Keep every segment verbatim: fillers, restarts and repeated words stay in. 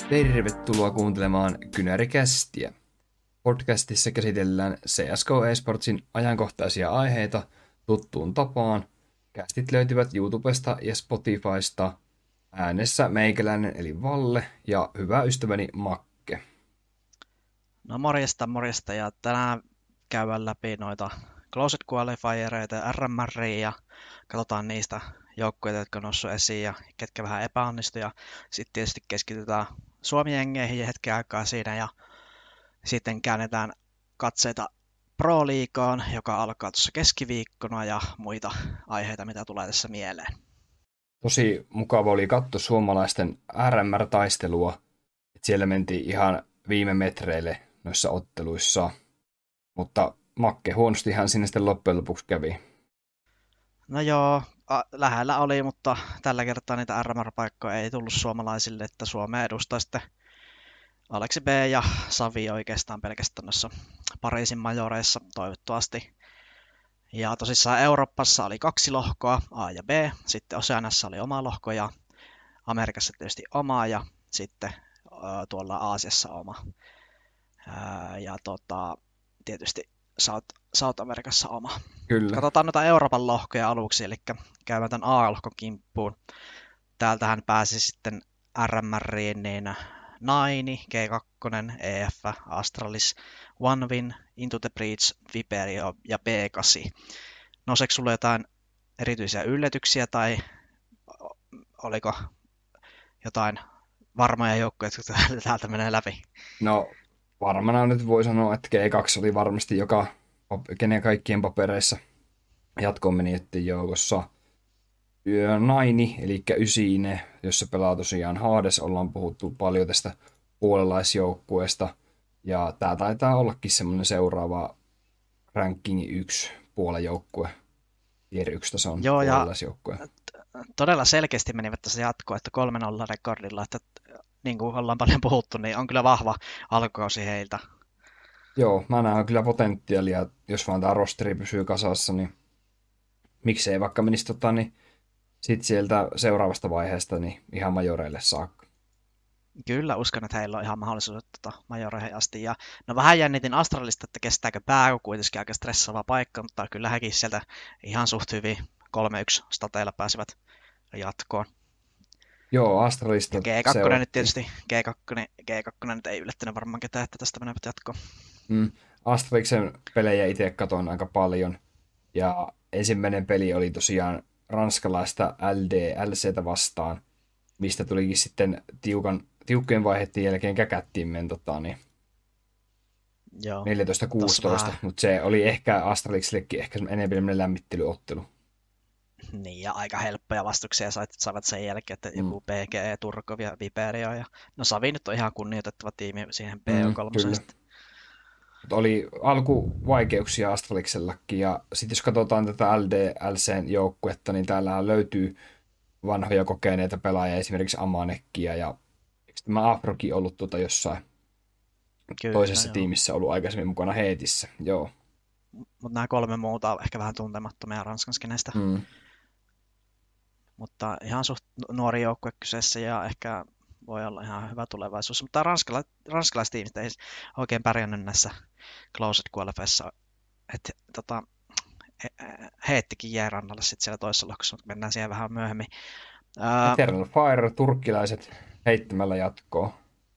Tervetuloa kuuntelemaan Kynärikästiä. Podcastissa käsitellään C S G O eSportsin ajankohtaisia aiheita tuttuun tapaan. Kästit löytyvät YouTubesta ja Spotifysta. Äänessä meikäläinen eli Valle ja hyvä ystäväni Makke. No morjesta, morjesta ja tänään käydään läpi noita Closed Qualifiereita ja R M R ja katsotaan niistä joukkueita, jotka on noussut esiin ja ketkä vähän epäonnistuivat. Ja sitten tietysti keskitytään Suomi-jengeihin hetken aikaa siinä ja sitten käännetään katseita Pro-liigaan, joka alkaa tuossa keskiviikkona ja muita aiheita, mitä tulee tässä mieleen. Tosi mukava oli katsoa suomalaisten R M R-taistelua. Siellä mentiin ihan viime metreille noissa otteluissa, mutta Makke huonostihan sinne sitten loppujen lopuksi kävi. No joo, a- lähellä oli, mutta tällä kertaa niitä R M R-paikkoja ei tullut suomalaisille, että Suomea edustaa sitten Aleksi B ja Savi oikeastaan pelkästään noissa Pariisin majoreissa toivottavasti. Ja tosissaan Euroopassa oli kaksi lohkoa, A ja B, sitten Oseaniassa oli oma lohko ja Amerikassa tietysti oma ja sitten ö, tuolla Aasiassa oma. Ää, ja tota, tietysti South, South Amerikassa oma. Kyllä. Katsotaan noita Euroopan lohkoja aluksi, eli käydään tämän A-lohkon kimppuun. Täältähän pääsi sitten R M Riin niin Naini, G kaksi, E F, Astralis, OneWin, Into the Breach, Viperio ja B kahdeksan. Nouseeko sulla jotain erityisiä yllätyksiä tai oliko jotain varmoja joukkoja, jotka täältä menee läpi? No varmana nyt voi sanoa, että G kaksi oli varmasti joka, kenen kaikkien papereissa jatkoon menijöiden joukossa. Naini, eli Ysine, jossa pelaa tosiaan Hades, ollaan puhuttu paljon tästä puolalaisjoukkueesta. Ja tää taitaa ollakin semmoinen seuraava ranking yksi puolajoukkue, tier yksi tason Joo, ja puolalaisjoukkue. todella selkeästi menivät tässä jatkoon, että kolme nolla rekordilla, että niin kuin ollaan paljon puhuttu, niin on kyllä vahva alkukausi heiltä. Joo, mä näen kyllä potentiaalia, jos vaan tämä rosteri pysyy kasassa, niin miksei vaikka menisi tota, niin sitten sieltä seuraavasta vaiheesta niin ihan majoreille saakka. Kyllä, uskon, että heillä on ihan mahdollisuus tota, majoreihin asti. Ja, no vähän jännitin Astralista, että kestääkö pää, kun kuitenkin aika stressaava paikka, mutta kyllä hekin sieltä ihan suht hyvin kolme yksi stateilla pääsivät jatkoon. Joo, Astralista ja G kaksi nyt tietysti, G kaksi, G kaksi nyt ei yllättänyt varmaan ketään, että tästä menevät jatkoon. Mm, Astraliksen pelejä itse katon aika paljon, ja ensimmäinen peli oli tosiaan ranskalaista L D L C:tä vastaan, mistä tulikin sitten tiukan, tiukkojen vaiheiden jälkeen käkättiin tota, niin neljätoista kuusitoista, mutta se oli ehkä Astraliksellekin ehkä enemmän lämmittelyottelu. Niin, ja aika helppoja vastuksia saivat sen jälkeen, että joku P G E, Turkov ja Viperio. Ja... No Savi nyt on ihan kunnioitettava tiimi siihen P kolme. Mm, oli alkuvaikeuksia Astraliksellakin, ja sitten jos katsotaan tätä L D L C:n joukkuetta, niin täällä löytyy vanhoja kokeneita pelaajia, esimerkiksi Amanekkia, ja eikö tämä Afrokin ollut tuota jossain Kyllä, toisessa joo. tiimissä ollut aikaisemmin mukana Heetissä, joo. Mutta nämä kolme muuta on ehkä vähän tuntemattomia Ranskan skeneistä. Mm. Mutta ihan suht nuori joukkue kyseessä ja ehkä voi olla ihan hyvä tulevaisuus. Mutta ranskala, ranskalaistiimit ei oikein pärjännyt näissä Closed Qualifieissa. Että tota, Heettikin jäi rannalle sitten siellä toisessa lohkossa, mutta mennään siihen vähän myöhemmin. Eternal Fire, turkkilaiset heittämällä jatkoa.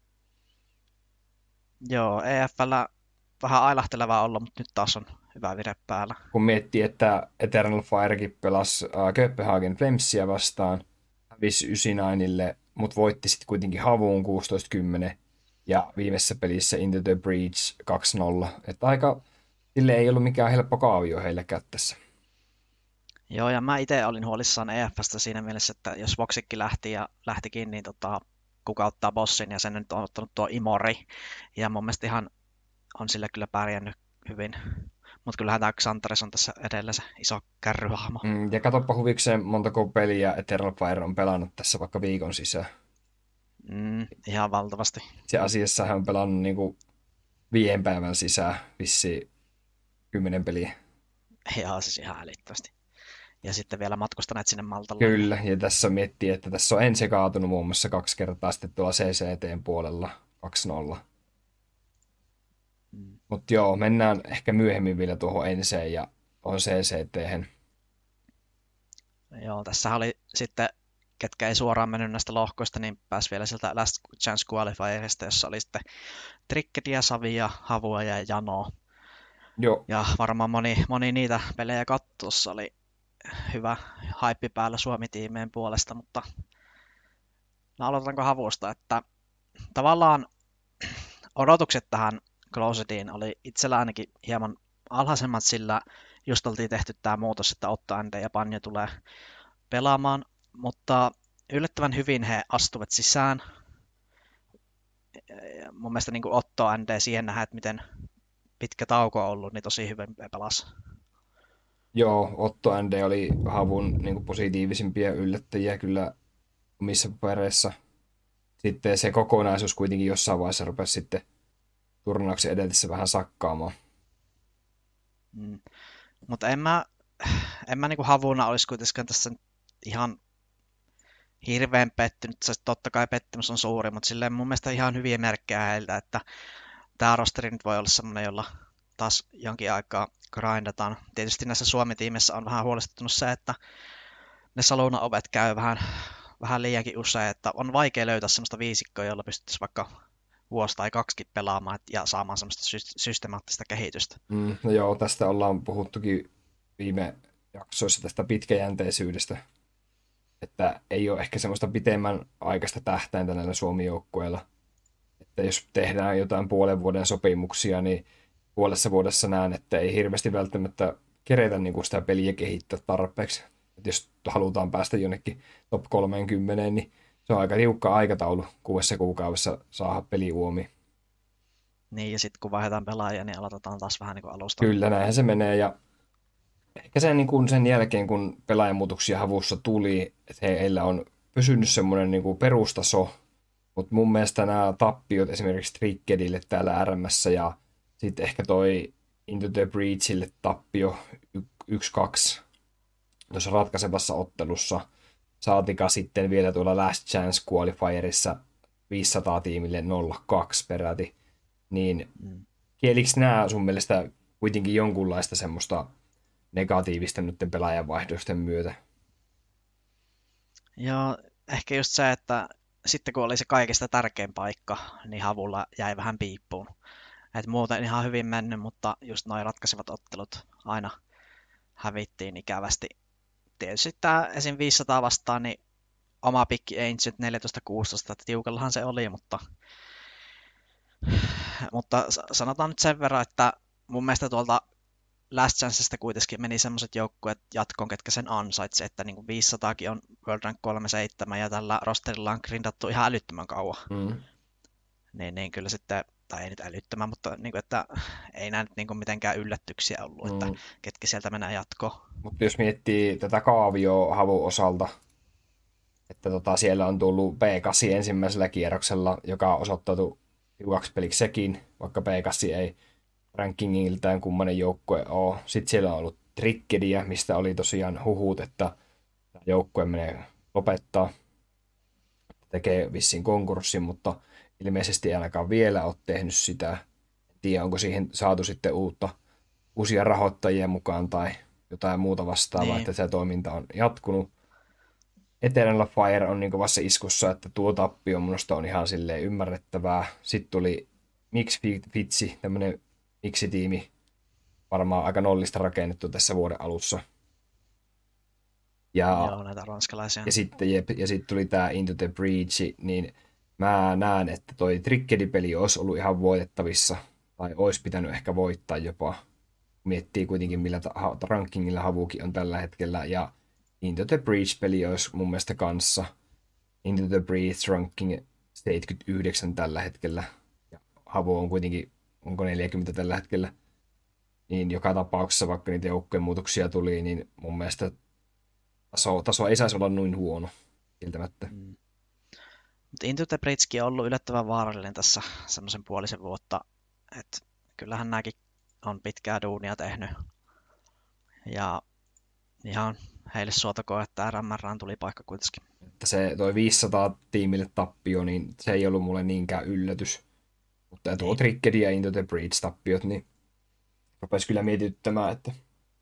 Joo, E F:llä vähän ailahtelevaa olla, mutta nyt taas on hyvä vire päällä. Kun miettii, että Eternal Firekin pelasi uh, Copenhagen Flamesia vastaan, hävisi yhdeksänkymmentäyhdeksänille, mutta voitti sitten kuitenkin Havuun kuusitoista kymmenen ja viimeisessä pelissä Into the Breach kaksi nolla. Että aika, sille ei ollut mikään helppo kaavio heillekään tässä. Joo, ja mä itse olin huolissaan E F:stä siinä mielessä, että jos Voxikki lähti ja lähtikin, niin tota, kuka ottaa bossin, ja sen nyt on ottanut tuo Imori. Ja mun mielestä ihan on sillä kyllä pärjännyt hyvin. Mutta kyllähän tämä Xantares on tässä edellä se iso kärryhahmo. Mm, ja katsoppa huvikseen montako peliä Eternal Fire on pelannut tässä vaikka viikon sisään. Mm, ihan valtavasti. Se asiassa hän on pelannut niinku viiden päivän sisään vissiin kymmenen peliä. Joo, siis ihan älyttömästi. ja sitten vielä matkustaneet sinne Maltalle. Kyllä, ja tässä miettii, että tässä on ensi kaatunut muun muassa kaksi kertaa sitten tuolla C C T:n puolella kaksi nolla. Mm. Mutta joo, mennään ehkä myöhemmin vielä tuohon enseen ja on C C T:hen. Joo, tässä oli sitten, ketkä ei suoraan mennyt näistä lohkoista, niin pääsi vielä sieltä Last Chance Qualifierista, jossa oli sitten Trickedia, Savia, Havua ja Janoa. Joo. Ja varmaan moni, moni niitä pelejä kattuessa oli hyvä haippi päällä Suomi-tiimeen puolesta, mutta no aloitanko Havusta, että tavallaan odotukset tähän Closediin oli itsellä ainakin hieman alhaisemmat, sillä just oltiin tehty tämä muutos, että Otto N D ja Panjo tulee pelaamaan, mutta yllättävän hyvin he astuvat sisään. Mun mielestä niin kuin Otto N D siihen nähdään, että miten pitkä tauko on ollut, niin tosi hyvin pelasi. Joo, Otto N D oli Havun niin kuin positiivisimpia yllättäjiä kyllä omissa papereissa. Sitten se kokonaisuus kuitenkin jossain vaiheessa rupesi sitten turnauksen edetessä vähän sakkaamaan. Mm. Mutta en mä, en mä niinku Havuna olisi kuitenkaan tässä ihan hirveän pettynyt. Se totta kai pettymys on suuri, mutta silleen mun mielestä ihan hyviä merkkejä heiltä, että tämä rosteri nyt voi olla semmoinen, jolla taas jonkin aikaa grindataan. Tietysti näissä Suomi-tiimissä on vähän huolestuttanut se, että ne saluna-ovet käy vähän, vähän liiankin usein, että on vaikea löytää semmoista viisikkoa, jolla pystyttäisiin vaikka vuosi tai kaksikin pelaamaan ja saamaan semmoista systemaattista kehitystä. Mm, no joo, tästä ollaan puhuttukin viime jaksoissa tästä pitkäjänteisyydestä, että ei ole ehkä semmoista pitemmän aikaista tähtäintä näillä Suomi-joukkueilla. Että jos tehdään jotain puolen vuoden sopimuksia, niin puolessa vuodessa näen, että ei hirveästi välttämättä keretä niin sitä peliä kehittää tarpeeksi. Että jos halutaan päästä jonnekin top kolmekymmentä, niin se on aika tiukka aikataulu kuudessa kuukaudessa saada peli uomi. Niin, ja sitten kun vaihdetaan pelaajia, niin aloitetaan taas vähän niin kuin alusta. Kyllä, näinhän se menee. Ja ehkä sen, niin kuin sen jälkeen, kun pelaajamuutoksia Havussa tuli, että heillä on pysynyt semmoinen niin kuin perustaso, mutta mun mielestä nämä tappiot esimerkiksi Trickedille täällä R M:ssä ja sitten ehkä toi Into the Breachille tappio yksi kaksi tuossa ratkaisevassa ottelussa, saatika sitten vielä tuolla Last Chance Qualifierissa viisisataa tiimille nolla kaksi peräti, niin mm. kielikö nämä sun mielestä kuitenkin jonkunlaista semmoista negatiivista nyt pelaajanvaihdosten myötä? Joo, ehkä just se, että sitten kun oli se kaikista tärkein paikka, niin Havulla jäi vähän piippuun. Et muuten ihan hyvin mennyt, mutta just noin ratkaisevat ottelut aina hävittiin ikävästi. Tietysti tämä esim. viisisataa vastaan, niin oma pikki Ancient neljätoista kuusitoista, että tiukallahan se oli, mutta, mutta sanotaan nyt sen verran, että mun mielestä tuolta Last Chancesta kuitenkin meni semmoiset joukkueet jatkoon, ketkä sen ansaitsi, että niin kuin viisisataakin on World Rank kolmekymmentäseitsemän ja tällä rosterilla on grindattu ihan älyttömän kauan. Mm. Niin, niin kyllä sitten, tai ei nyt älyttömän, mutta niin kuin, että ei nämä nyt niin kuin mitenkään yllätyksiä ollut, mm. että ketkä sieltä menee jatkoon. Mutta jos miettii tätä kaavioa Havun osalta, että tota, siellä on tullut P kahdeksan ensimmäisellä kierroksella, joka osoittautui tiukaksi peliksi sekin, vaikka P kahdeksan ei rankingiltään kummanen joukkue ole. Sitten siellä on ollut Trickedia, mistä oli tosiaan huhut, että joukkue menee lopettaa, tekee vissiin konkurssin, mutta ilmeisesti ei ainakaan vielä ole tehnyt sitä. En tiedä, onko siihen saatu sitten uutta, uusia rahoittajia mukaan tai jotain muuta vastaavaa, niin. Että se toiminta on jatkunut. Eternal Fire on niin kovassa iskussa, että tuo tappio minusta on ihan silleen ymmärrettävää. Sitten tuli Mix Fitsi, tämmöinen miksi-tiimi, varmaan aika nollista rakennettu tässä vuoden alussa. Ja, Joo, näitä ranskalaisia. Ja sitten, ja sitten tuli tämä Into the Breach, niin mä näen, että toi Trickedi-peli olisi ollut ihan voitettavissa, tai olisi pitänyt ehkä voittaa jopa. Miettii kuitenkin, millä ta- rankingilla Havukin on tällä hetkellä, ja Into the Breach-peli olisi mun mielestä kanssa. Into the Breach ranking seitsemänkymmentäyhdeksän tällä hetkellä, ja Havu on kuitenkin, onko neljäkymmentä tällä hetkellä. Niin joka tapauksessa, vaikka niitä joukkojen muutoksia tuli, niin mun mielestä taso, taso ei saisi olla noin huono, kieltämättä. Mm. Mutta Into the Breachkin on ollut yllättävän vaarallinen tässä semmoisen puolisen vuotta, että kyllähän nämäkin on pitkää duunia tehnyt. Ja ihan heille suotakoon, että R M R:ään tuli paikka kuitenkin. Että se toi viisisataa tiimille tappio, niin se ei ollut mulle niinkään yllätys. Mutta tuo Niin. Tricked ja Into the Breach-tappiot, niin rupesi kyllä mietityttämään, että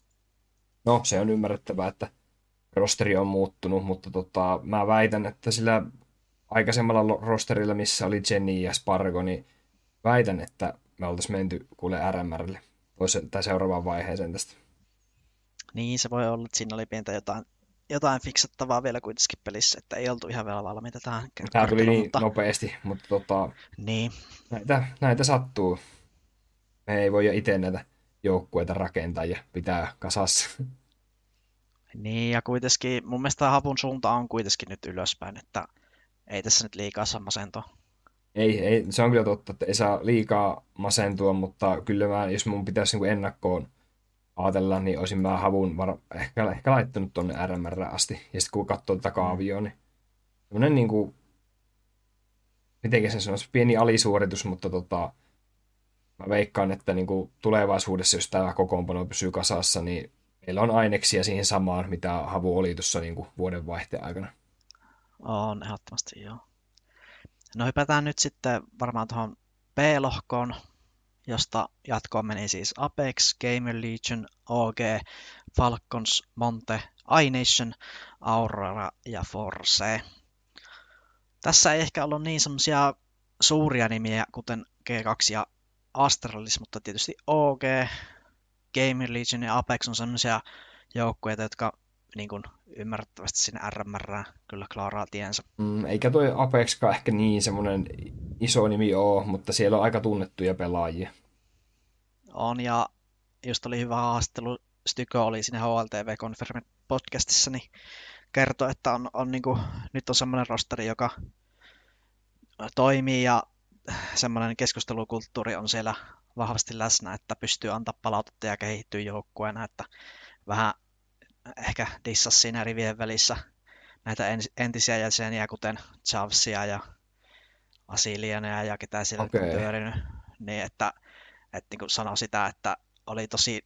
no se on ymmärrettävää, että rosteri on muuttunut, mutta tota, mä väitän, että sillä aikaisemmalla lo- rosterilla, missä oli Jenny ja Spargo, niin väitän, että me oltaisiin menty kuule R M R:lle toisen, tai seuraavaan vaiheeseen tästä. Niin, se voi olla, että siinä oli pientä jotain, jotain fiksattavaa vielä kuitenkin pelissä, että ei oltu ihan vielä valmiita tähän Tämä tuli niin mutta... nopeasti, mutta tota, Niin. näitä, näitä sattuu. Me ei voi itse näitä joukkueita rakentaa ja pitää kasassa. Niin, ja kuitenkin mun mielestä Havun suunta on kuitenkin nyt ylöspäin, että ei tässä nyt liikaa saa masentua. Ei, ei, se on kyllä totta, että ei saa liikaa masentua, mutta kyllä mä, jos mun pitäisi niin ennakkoon ajatella, niin olisin mä Havun var- ehkä, ehkä laittanut tuonne R M R asti. Ja sitten kun katsoo tätä kaavioa, niin semmoinen niin kuin, mitenkä se sanoisi, pieni alisuoritus, mutta tota, mä veikkaan, että niin kuin tulevaisuudessa, jos tämä kokoonpano pysyy kasassa, niin meillä on aineksia siihen samaan, mitä Havu oli tuossa niin kuin vuoden vaihteen aikana. On ehdottomasti, joo. No hypätään nyt sitten varmaan tuohon B-lohkoon, josta jatkoon meni siis Apex, Gamer Legion, O G, Falcons, Monte, iNation, Aurora ja Force. Tässä ei ehkä ollut niin semmoisia suuria nimiä, kuten G kaksi ja Astralis, mutta tietysti O G, Gamer Legion ja Apex on semmoisia joukkueita, jotka niin kuin ymmärrettävästi sinne R M R:ään kyllä klaaraa tiensä. Mm, eikä toi Apexkaan ehkä niin semmoinen iso nimi ole, mutta siellä on aika tunnettuja pelaajia. On, ja just oli hyvä haastattelu, Styko oli siinä H L T V Confirmed podcastissa, niin kertoi, että on, on niin kuin, nyt on semmoinen rosteri, joka toimii ja semmoinen keskustelukulttuuri on siellä vahvasti läsnä, että pystyy antaa palautetta ja kehittyy joukkueena, että vähän ehkä dissas siinä rivien välissä näitä entisiä jäseniä, kuten Chavsia ja Asiliania ja ketä siellä Okei. on pyörinyt, niin että, että niin kuin sanoi sitä, että oli tosi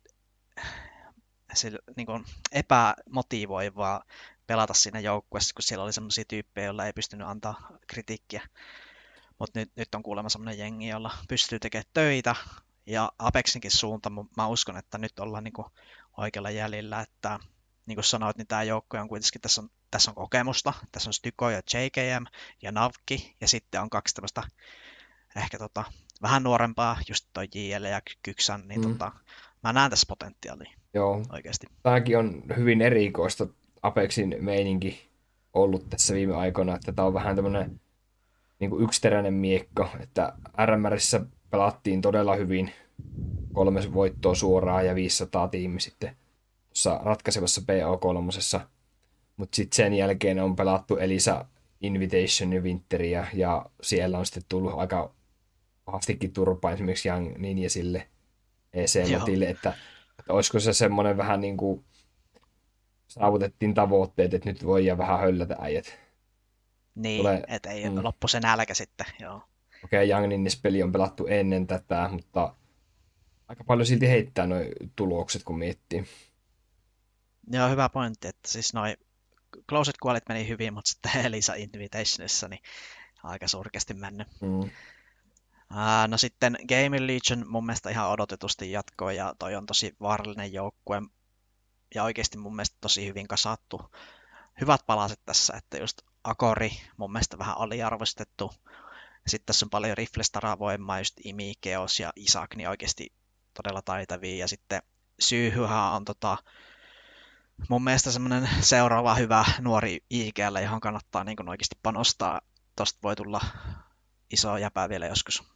sillä, niin kuin epämotivoivaa pelata siinä joukkueessa, kun siellä oli semmoisia tyyppejä, joilla ei pystynyt antaa kritiikkiä. Mutta nyt, nyt on kuulemma semmoinen jengi, jolla pystyy tekemään töitä, ja Apexinkin suunta, mä uskon, että nyt ollaan niin kuin oikealla jäljellä, että niin kuin sanoit, niin tämä joukko on kuitenkin, tässä on, tässä on kokemusta, tässä on Styko ja J K M ja Navki, ja sitten on kaksi tämmöistä ehkä tota, vähän nuorempaa, just toi J L ja Kyksän, niin mm. tota, mä näen tässä potentiaalia. Joo. Oikeasti. Tämäkin on hyvin erikoista Apexin meininki ollut tässä viime aikoina, että tämä on vähän tämmöinen niin kuin yksiteräinen miekka, että R M R:ssä pelattiin todella hyvin kolme voittoa suoraan ja viisisataa tiimi sitten tuossa ratkaisevassa P O kolme, mutta sitten sen jälkeen on pelattu Elisa Invitation ja Winteria, ja siellä on sitten tullut aika pahastikin turpaa esimerkiksi Young Ninjasille, E C-motille, että, että olisiko se semmoinen vähän niin kuin saavutettiin tavoitteet, että nyt voi vähän höllätä äijät. Niin, Tulee, että ei mm. loppu se nälkä sitten, joo. Okei, okay, Young Ninjas-peli on pelattu ennen tätä, mutta aika paljon silti heittää nuo tulokset, kun miettii. Joo, hyvä pointti, että siis noi Closet Qualit meni hyvin, mutta sitten Elisa Invitationissa niin aika surkeasti mennyt. Mm. Uh, no sitten Gamer Legion mun mielestä ihan odotetusti jatkoi, ja toi on tosi vaarallinen joukkue, ja oikeasti mun mielestä tosi hyvin kasattu. Hyvät palaset tässä, että just Akori mun mielestä vähän aliarvostettu. Sitten tässä on paljon riflestaravoimaa, just Imi, Keos ja Isak, niin oikeasti todella taitavia. Ja sitten Syyhyhän on tota, mun mielestä semmoinen seuraava hyvä nuori I G L, johon kannattaa niin kuin oikeasti panostaa. Tosta voi tulla iso jäpää vielä joskus.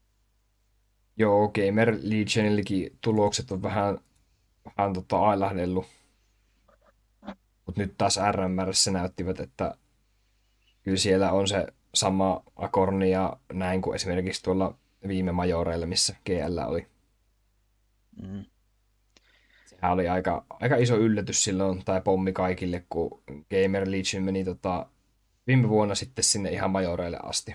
Joo, Gamer Legionillekin tulokset on vähän, vähän tota ailahdellut. Mutta nyt taas R M R:ssä näyttivät, että kyllä siellä on se sama akorni ja näin kuin esimerkiksi tuolla viime majoreilla, missä G L oli. Mm. Sehän oli aika, aika iso yllätys silloin, tai pommi kaikille, kun Gamer Legion meni tota, viime vuonna sitten sinne ihan majoreille asti.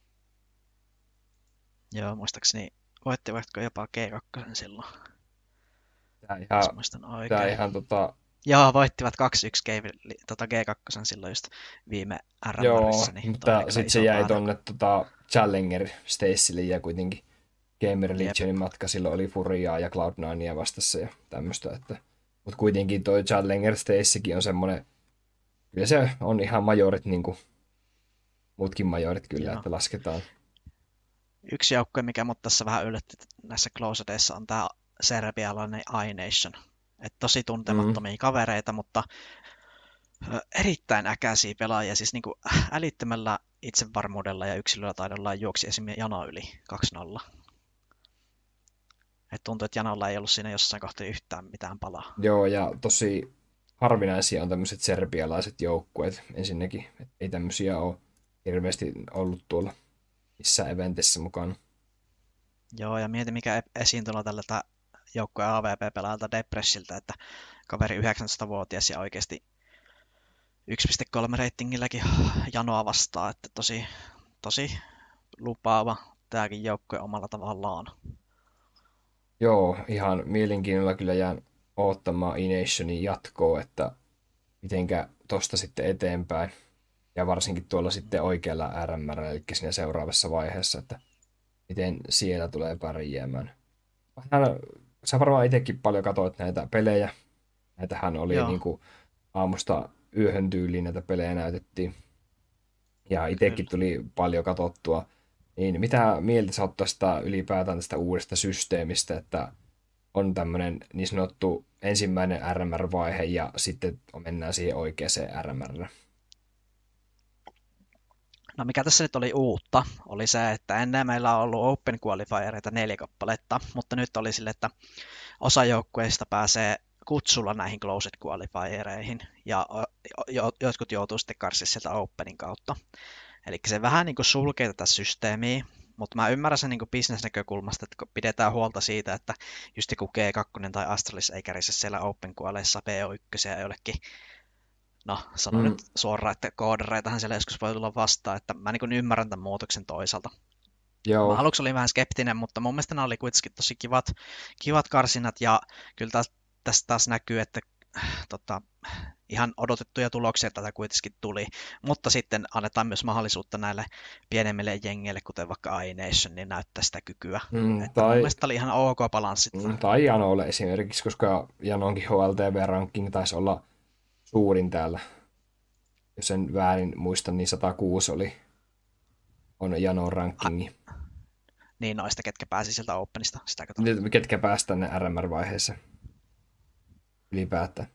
Joo, muistaakseni voittivatko jopa G kaksi silloin. Tämä ihan, muistan oikein. tämä ihan tota, Joo, voittivat kaksi yksi G, tota G kaksi silloin just viime R M R:ssä, Joo, niin toi oli mutta kyllä sitten se iso jäi päätä. tonne tota, Challenger Stacelle ja kuitenkin Gamer Jep, Legionin matka silloin oli Furiaa ja cloud ninea vastassa ja tämmöistä. Että... Mutta kuitenkin toi Challenger Stacekin on semmoinen, kyllä se on ihan majorit niin kuin muutkin majorit kyllä, joo. että lasketaan. Yksi joukkue, mikä mut tässä vähän yllätti näissä closedeissa, on tää serbialainen iNation. Et tosi Mm. tuntemattomia kavereita, mutta ö, erittäin äkäisiä pelaajia. Siis niinku älyttömällä itsevarmuudella ja yksilöllä taidollaan juoksi esimerkiksi Jano yli kaksi nolla. Et tuntui, että Janolla ei ollut siinä jossain kohtaa yhtään mitään palaa. Joo, ja tosi harvinaisia on tämmöiset serbialaiset joukkueet ensinnäkin. Et ei tämmöisiä ole hirveästi ollut tuolla missään eventissä mukana. Joo, ja mieti mikä e- esiintulo tällä joukkueen A V P-pelaajalta Depressiltä, että kaveri yhdeksäntoistavuotias ja oikeasti yksi pilkku kolme reitingilläkin Janoa vastaa, että tosi, tosi lupaava tämäkin joukkue omalla tavallaan. Joo, ihan mielenkiinnolla kyllä jään odottamaan E-Nationin jatkoa, että mitenkä tosta sitten eteenpäin. Ja varsinkin tuolla sitten oikealla R M R, eli siinä seuraavassa vaiheessa, että miten siellä tulee pärjäämään. Vähän, sä varmaan itsekin paljon katsoit näitä pelejä. Näitähän oli Joo, niin kuin aamusta yöhön tyyliin näitä pelejä näytettiin. Ja itsekin kyllä. tuli paljon katsottua. Niin mitä mieltä sä oot tästä ylipäätään tästä uudesta systeemistä, että on tämmöinen niin sanottu ensimmäinen R M R-vaihe ja sitten mennään siihen oikeaan R M R. No mikä tässä nyt oli uutta, oli se, että ennen meillä on ollut Open Qualifiereita neljä kappaletta, mutta nyt oli sille, että osa joukkueista pääsee kutsulla näihin Closed Qualifiereihin, ja jo, jotkut joutuu sitten karsimaan sieltä Openin kautta. Eli se vähän niin kuin sulkee tätä systeemiä, mutta mä ymmärrän sen niin bisnesnäkökulmasta, että kun pidetään huolta siitä, että just joku G kaksi tai Astralis ei kärise siellä Open Qualeissa B O yksi ja jollekin, no sanon nyt Mm, suoraan, että koodareitahan siellä joskus voi tulla vastaan, että mä niin ymmärrän tämän muutoksen toisaalta. Mä joo, aluksi olin vähän skeptinen, mutta mun mielestä nämä oli kuitenkin tosi kivat, kivat karsinat ja kyllä taas, tästä taas näkyy, että äh, tota, ihan odotettuja tuloksia tätä kuitenkin tuli, mutta sitten annetaan myös mahdollisuutta näille pienemmille jengeille, kuten vaikka iNation, niin näyttää sitä kykyä. mm, Että mun tai, mielestä oli ihan ok balanssi tätä. mm, tai Janolle esimerkiksi, koska Janonkin H L T V-ranking taisi olla suurin täällä. Jos en väärin muista, niin sata kuusi oli on Janon Ah, rankingi. niin noista, ketkä pääsi sieltä Openista, sitä kato. Nyt ketkä päästään ne R M R-vaiheessa ylipäätään.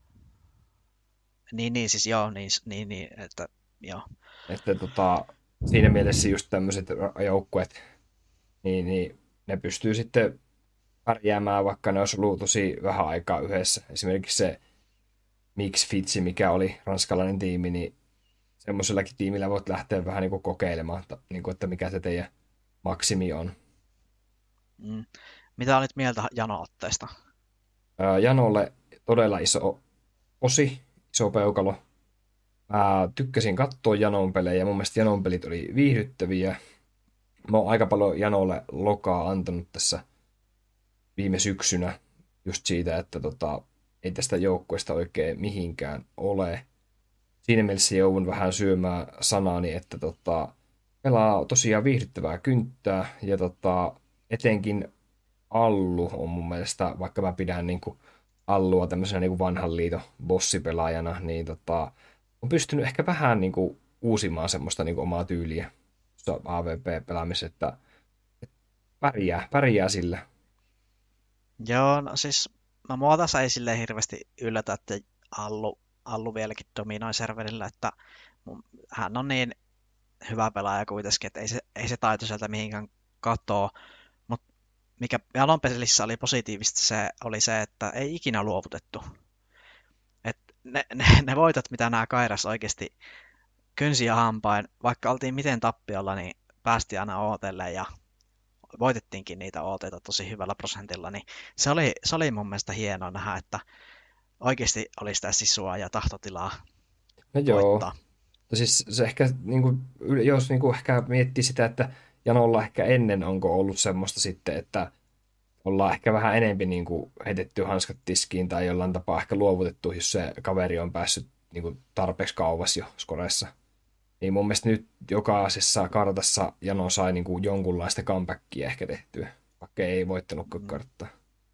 Niin, niin, siis joo, niin, niin, niin että joo. Että tota, siinä mielessä just tämmöiset joukkueet, niin, niin ne pystyy sitten pärjäämään, vaikka ne olisi ollut tosi vähän aikaa yhdessä. Esimerkiksi se Mix Fitsi, mikä oli ranskalainen tiimi, niin semmoisellakin tiimillä voit lähteä vähän niin kuin kokeilemaan, että, niin kuin, että mikä se teidän maksimi on. Mm. Mitä olit mieltä Jano-otteesta? Ää, Janolle todella iso osi, iso peukalo. Mä tykkäsin katsoa Janon pelejä. Mun mielestä Janon pelit oli viihdyttäviä. Mä oon aika paljon Janolle lokaa antanut tässä viime syksynä just siitä, että tota, ei tästä joukkueesta oikein mihinkään ole. Siinä mielessä joudun vähän syömään sanani, että tota, pelaa tosiaan viihdyttävää kynttää ja tota, etenkin Allu on mun mielestä, vaikka mä pidän niin kuin Allua tämmöisenä niin kuin vanhan liiton bossipelaajana, niin tota, on pystynyt ehkä vähän niin kuin uusimaan semmoista niin kuin omaa tyyliä A V P-pelaamisessa, että pärjää, pärjää sillä. Joo, no siis mä mua tässä ei silleen hirveästi yllätä, että Allu, Allu vieläkin dominoi serverillä, että mun, hän on niin hyvä pelaaja kuitenkin, että ei se, ei se taito sieltä mihinkään katoa. Mutta mikä Jalon pelissä oli positiivista, se oli se, että ei ikinä luovutettu. Et ne, ne, ne voitot, mitä nämä Kairas oikeasti kynsi ja hampain, vaikka oltiin miten tappiolla, niin päästiin aina ootelle ja voitettiinkin niitä ooteita tosi hyvällä prosentilla, niin se oli, se oli mun mielestä hienoa nähdä, että oikeasti oli sitä sisua ja tahtotilaa No joo, voittaa. mutta siis se ehkä, niin kuin, jos niin kuin ehkä miettii sitä, että Janolla ehkä ennen onko ollut semmoista sitten, että ollaan ehkä vähän enemmän niin kuin heitetty hanskat tiskiin tai jollain tapaa ehkä luovutettu, jos se kaveri on päässyt niin kuin tarpeeksi kauas jo skoressa. Niin mun mielestä nyt jokaisessa kartassa Jano sai niin kuin jonkunlaista comebackia ehkä tehtyä, vaikka ei voittanutkaan Mm. karttaa.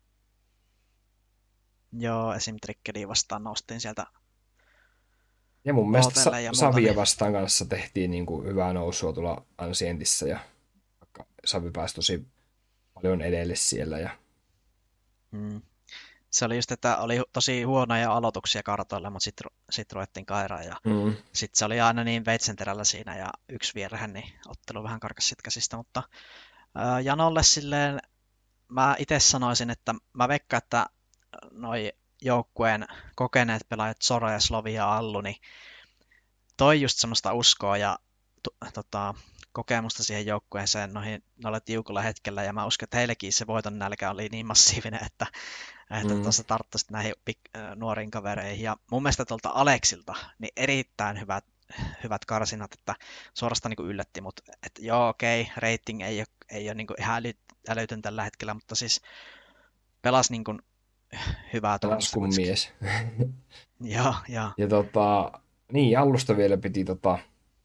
Joo, esim. Trickeliä vastaan noustiin sieltä Ja mun mielestä Sa- Ootelle ja muuta, Savia niin vastaan kanssa tehtiin niin kuin hyvää nousua tuolla Ancientissa ja vaikka Savi pääsi tosi paljon edelle siellä. Ja... mm. Se oli just, että oli tosi huonoja aloituksia kartoilla, mutta sitten sit ruvettiin kairaan ja Mm. sitten se oli aina niin veitsenterällä siinä ja yksi virhe, niin ottelu vähän karkas sit käsistä, mutta ää, Janolle silleen mä itse sanoisin, että mä veikkaan, että noi joukkueen kokeneet pelaajat Sora ja Slovi ja Allu, niin toi just semmoista uskoa ja tu, tota, kokemusta siihen joukkueeseen noihin, noilla tiukalla hetkellä, ja mä uskon, että heillekin se voiton nälkä oli niin massiivinen, että että Mm. tuossa tarttuisit näihin pik- äh, nuoriin kavereihin. Ja mun mielestä tuolta Aleksilta niin erittäin hyvät, hyvät karsinat, että suorastaan niin kuin yllätti, mutta että joo, okei, okay, rating ei ole, ei ole niin kuin ihan äly, älytön tällä hetkellä, mutta siis pelasi niin kuin hyvää turnaus Laskun kuitenkin. mies. Joo, joo. Ja tota, niin, Allusta vielä piti tota,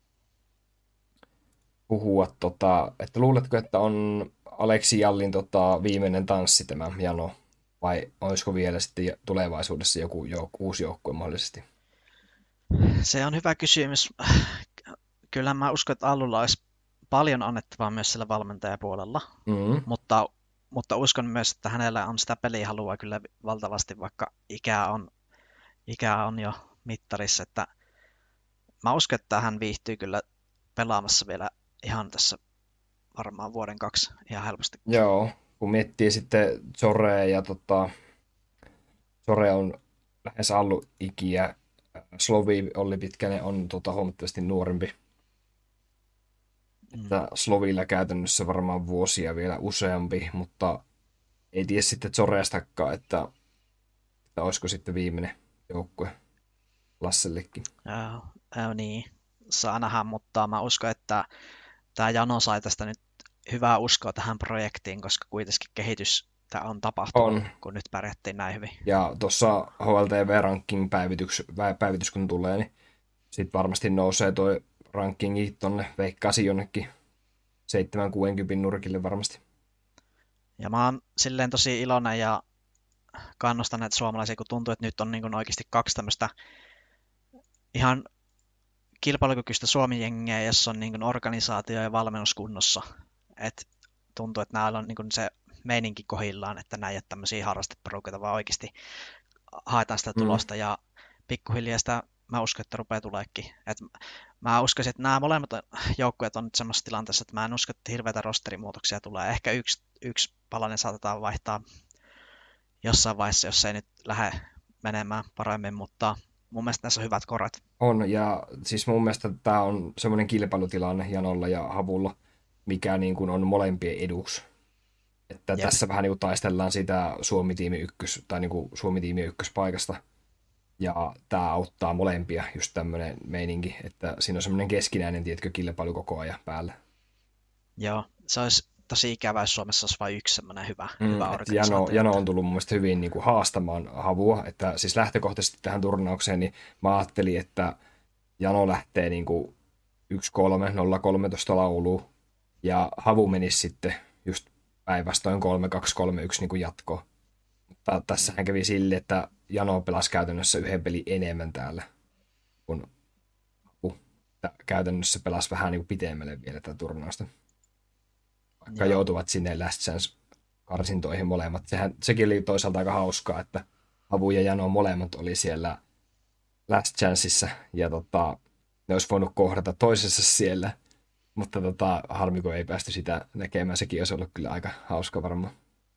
puhua, tota, että luuletko, että on Aleksi Jallin tota, viimeinen tanssi tämä Jano, vai olisiko vielä sitten tulevaisuudessa joku jouk- uusi joukkue mahdollisesti? Se on hyvä kysymys. Kyllä mä uskon, että Allulla olisi paljon annettavaa myös sillä valmentajapuolella, Mm. mutta, mutta uskon myös, että hänellä on sitä pelihalua kyllä valtavasti, vaikka ikää on, ikää on jo mittarissa, että mä uskon, että hän viihtyy kyllä pelaamassa vielä ihan tässä varmaan vuoden kaksi ihan helposti. Joo, kun miettii sitten Zorea ja tota, Zore on lähes Allu ikiä, Slovi Olli Pitkänen on tota, huomattavasti nuorempi. Mm. Että Slovilla käytännössä varmaan vuosia vielä useampi, mutta ei tiedä sitten Zoreastakaan, että, että olisiko sitten viimeinen joukkue Lassellekin. Joo, joo, niin, saa nähdä, mutta mä uskon, että tämä Jano sai tästä nyt hyvää uskoa tähän projektiin, koska kuitenkin kehitystä on tapahtunut, On. kun nyt pärjättiin näin hyvin. Ja tuossa H L T V-ranking päivitys, päivitys kun tulee, niin sitten varmasti nousee toi rankingi tonne, veikkaisin jonnekin seitsemän kuusikymmentä nurkille varmasti. Ja mä oon silleen tosi iloinen ja kannustan näitä suomalaisia, kun tuntuu, että nyt on niin kuin oikeasti kaksi tämmöistä ihan kilpailukykyistä Suomi-jengiä, jossa on niin kuin organisaatio ja valmennus kunnossa. Et tuntuu, että näillä on niin kuin se meininki kohillaan, että näin tämmöisiä harrasteporukoita, vaan oikeasti haetaan sitä tulosta mm. ja pikkuhiljaa sitä mä uskon, että rupeaa tuleekin. Et mä uskoisin, että nämä molemmat joukkueet on nyt semmoisessa tilanteessa, että mä en usko, että hirveitä rosterimuutoksia tulee. Ehkä yksi, yksi palanen saatetaan vaihtaa jossain vaiheessa, jos ei nyt lähde menemään paremmin, mutta mun mielestä näissä on hyvät korot. On, ja siis mun mielestä tämä on semmoinen kilpailutilanne Janolla ja Havulla, mikä niin kuin on molempien eduksi. Että Jep. tässä vähän niin kuin taistellaan sitä Suomi-tiimi ykkös, tai niin kuin Suomi-tiimi ykköspaikasta. Ja tämä auttaa molempia, just tämmöinen meininki, että siinä on semmoinen keskinäinen, tiedätkö, kilpailu koko ajan päällä. Joo, se olisi tosi ikävä, jos Suomessa olisi vain yksi semmoinen hyvä, mm, hyvä organisaatio. Jano, Jano on tullut mun mielestä hyvin niin kuin haastamaan Havua, että siis lähtökohtaisesti tähän turnaukseen, niin mä ajattelin, että Jano lähtee niin kuin yksi kolme nolla kolmetoista lauluun, ja Havu menisi sitten just päinvastoin kolme kaksi kolme yksi niin kuin jatkoon. Mutta tässähän kävi sille, että Jano pelasi käytännössä yhden pelin enemmän täällä, kun Havu käytännössä pelasi vähän niin kuin pitemmälle vielä tätä turnausta. Vaikka Joo. joutuvat sinne Last Chance-karsintoihin molemmat. Sehän, sekin oli toisaalta aika hauskaa, että Havu ja Jano molemmat oli siellä Last Chanceissa, ja tota, ne olisi voinut kohdata toisessa siellä, mutta tota, harmi, kun ei päästy sitä näkemään. Sekin olisi ollut kyllä aika hauska varmaan.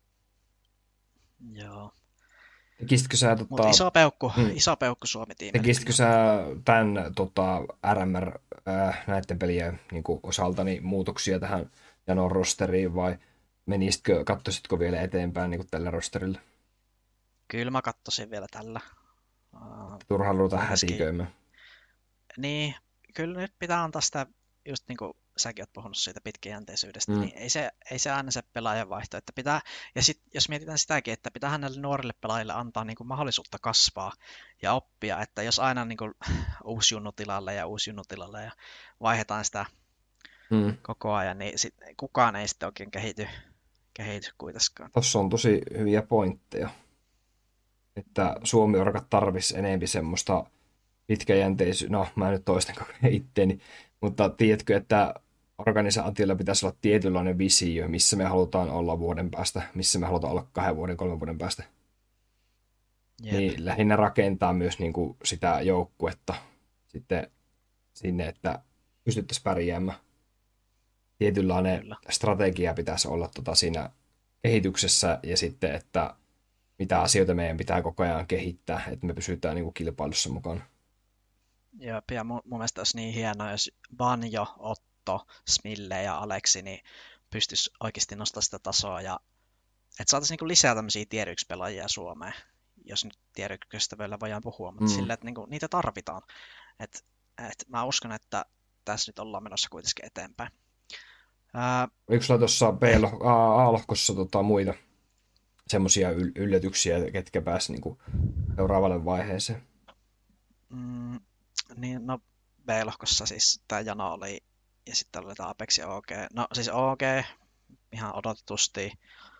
Joo. Tekisitkö sä, tota, Mutta iso peukku, mm, iso peukku Suomi-tiimille. Tekisitkö sä tämän tota, R M R äh, näiden pelien niin kuin osalta niin muutoksia tähän Janon rosteriin, vai menisitkö, katsoisitko vielä eteenpäin niin kuin tällä rosterilla? Kyllä mä katsoisin vielä tällä. Turhaan ruveta hätiköimään. Niin, kyllä nyt pitää antaa sitä just niin kuin säkin oot puhunut siitä pitkäjänteisyydestä, Mm. niin ei se, ei se aina se pelaajan vaihto. Että pitää, ja sit, jos mietitään sitäkin, että pitää näille nuorille pelaajille antaa niin kuin mahdollisuutta kasvaa ja oppia, että jos aina niin kuin uusi junnu tilalle ja uusi junnu tilalle ja vaihdetaan sitä Mm. koko ajan, niin sit, kukaan ei sitten oikein kehity, kehity kuitenkaan. Tuossa on tosi hyviä pointteja. Että Suomi-orkat tarvisi enempi semmoista pitkäjänteisyyttä. No, mä nyt toistan koko ajan itteeni. Mutta tiedätkö, että organisaatiolla pitäisi olla tietynlainen visio, missä me halutaan olla vuoden päästä, missä me halutaan olla kahden vuoden, kolmen vuoden päästä. Jep. Niin lähinnä rakentaa myös niin kuin sitä joukkuetta sitten sinne, että pystyttäisiin pärjäämään. Tietynlainen Kyllä. strategia pitäisi olla tota siinä kehityksessä ja sitten, että mitä asioita meidän pitää koko ajan kehittää, että me pysytään niin kuin kilpailussa mukana. Jep, ja mun, mun mielestä olisi niin hienoa, jos Banjo, Otto, Smille ja Aleksi niin pystyisi oikeasti nostamaan sitä tasoa ja että saataisiin niinku lisää tämmöisiä tier yksi -pelaajia Suomeen, jos nyt tier ykköstä vielä voidaan puhua, mutta Mm. sillä, että niinku, niitä tarvitaan. Et, et mä uskon, että tässä nyt ollaan menossa kuitenkin eteenpäin. Ää, Oliko sulla tuossa B- A- A-lohkossa tota muita semmoisia yl- yllätyksiä, ketkä pääsivät niin seuraavalle vaiheeseen? mm, niin, no B-lohkossa siis tämä Jano oli, ja sitten oli tämä Apex ja O G. No siis O G ihan odotetusti.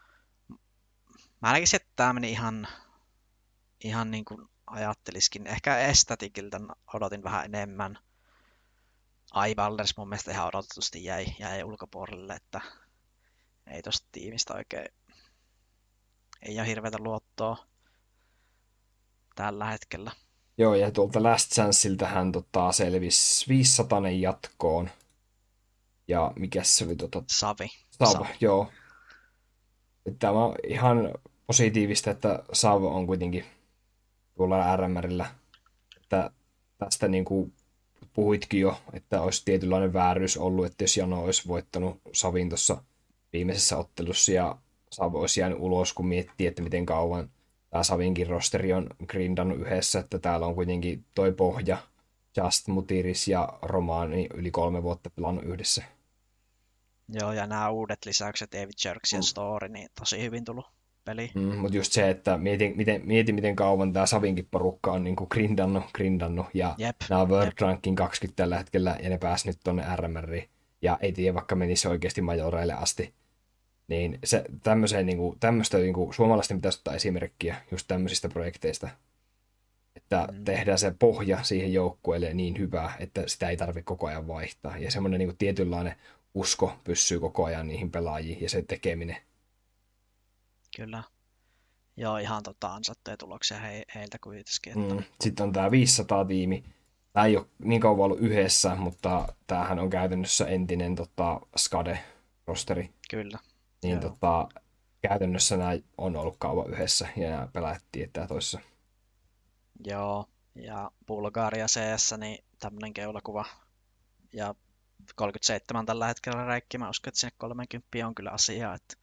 Mä näkisin, että tämä meni ihan, ihan niin kuin ajatteliskin. Ehkä Estatikiltä odotin vähän enemmän. iBallers mun mielestä ihan odotetusti jäi, jäi ulkopuolelle, että ei tosta tiimistä oikein, ei ole hirveätä luottoa tällä hetkellä. Joo, ja tuolta Last Chanceiltä hän tota, selvisi viisisataa jatkoon. Ja mikä se oli? Tota, Savi. Sav, Sav. joo. Tämä on ihan positiivista, että Sav on kuitenkin tuolla R M R:llä. Että tästä niin kuin puhuitkin jo, että olisi tietynlainen vääryys ollut, että jos Jano olisi voittanut Savin tuossa viimeisessä ottelussa ja Sav olisi jäänyt ulos, kun miettii, että miten kauan tämä Savinkin rosteri on grindannut yhdessä, että täällä on kuitenkin toi pohja, Just, Mutiris ja Romani yli kolme vuotta pelannut yhdessä. Joo, ja nämä uudet lisäykset, David Jerks ja Mm. Story, niin tosi hyvin tullut peli. Mm, mutta just se, että mieti miten, mieti, miten kauan tämä Savinkin porukka on niinku grindannut, grindannut ja Jep, nämä on World jep. Rankin kaksikymmentä tällä hetkellä ja ne pääsi nyt tonne R M Riin ja ei tiedä vaikka menisi oikeasti majoreille asti. Niin se, tämmöiseen, niinku, tämmöistä niinku, suomalaisten pitäisi ottaa esimerkkiä just tämmöisistä projekteista, että Mm. tehdään se pohja siihen joukkueelle niin hyvää, että sitä ei tarvitse koko ajan vaihtaa. Ja semmoinen niinku, tietynlainen usko pysyy koko ajan niihin pelaajiin ja se tekeminen. Kyllä. Joo, ihan tota ansattuja tuloksia he, heiltä kuitenkin. Että... Mm. Sitten on tämä viisisataa-tiimi. Tämä ei ole niin kauan ollut yhdessä, mutta tämähän on käytännössä entinen tota, Skade-rosteri. Kyllä. Niin Joo. tota, käytännössä nämä on ollut kauan yhdessä ja nämä pelaajat tietää toisessa. Joo, ja Bulgaria C S, niin tämmöinen keulakuva. Ja kolmekymmentäseitsemän tällä hetkellä räikki. Mä uskon, että sinne kolmekymmentä on kyllä asiaa. Että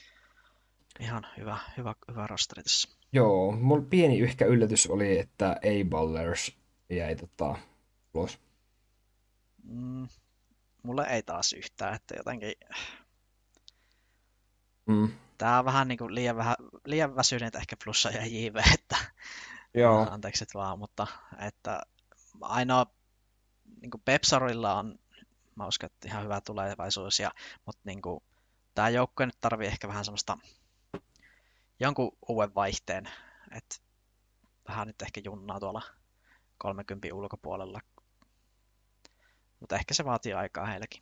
ihan hyvä, hyvä, hyvä rosteri tässä. Joo, mulla pieni ehkä yllätys oli, että A-Ballers jäi tota, ulos. Mm, mulle ei taas yhtään, että jotenkin... Mm. Tää on vähän niin kuin liian, vähän, liian väsyneitä ehkä plussa ja J V, että Joo, anteeksi et vaan, mutta että ainoa niin kuin Pepsarilla on, mä uskon, että ihan hyvä tulevaisuus, ja, mutta niin kuin, tää joukkue nyt tarvii ehkä vähän semmoista jonkun uuden vaihteen, että vähän nyt ehkä junnaa tuolla kolmekymmentä ulkopuolella, mutta ehkä se vaatii aikaa heillekin.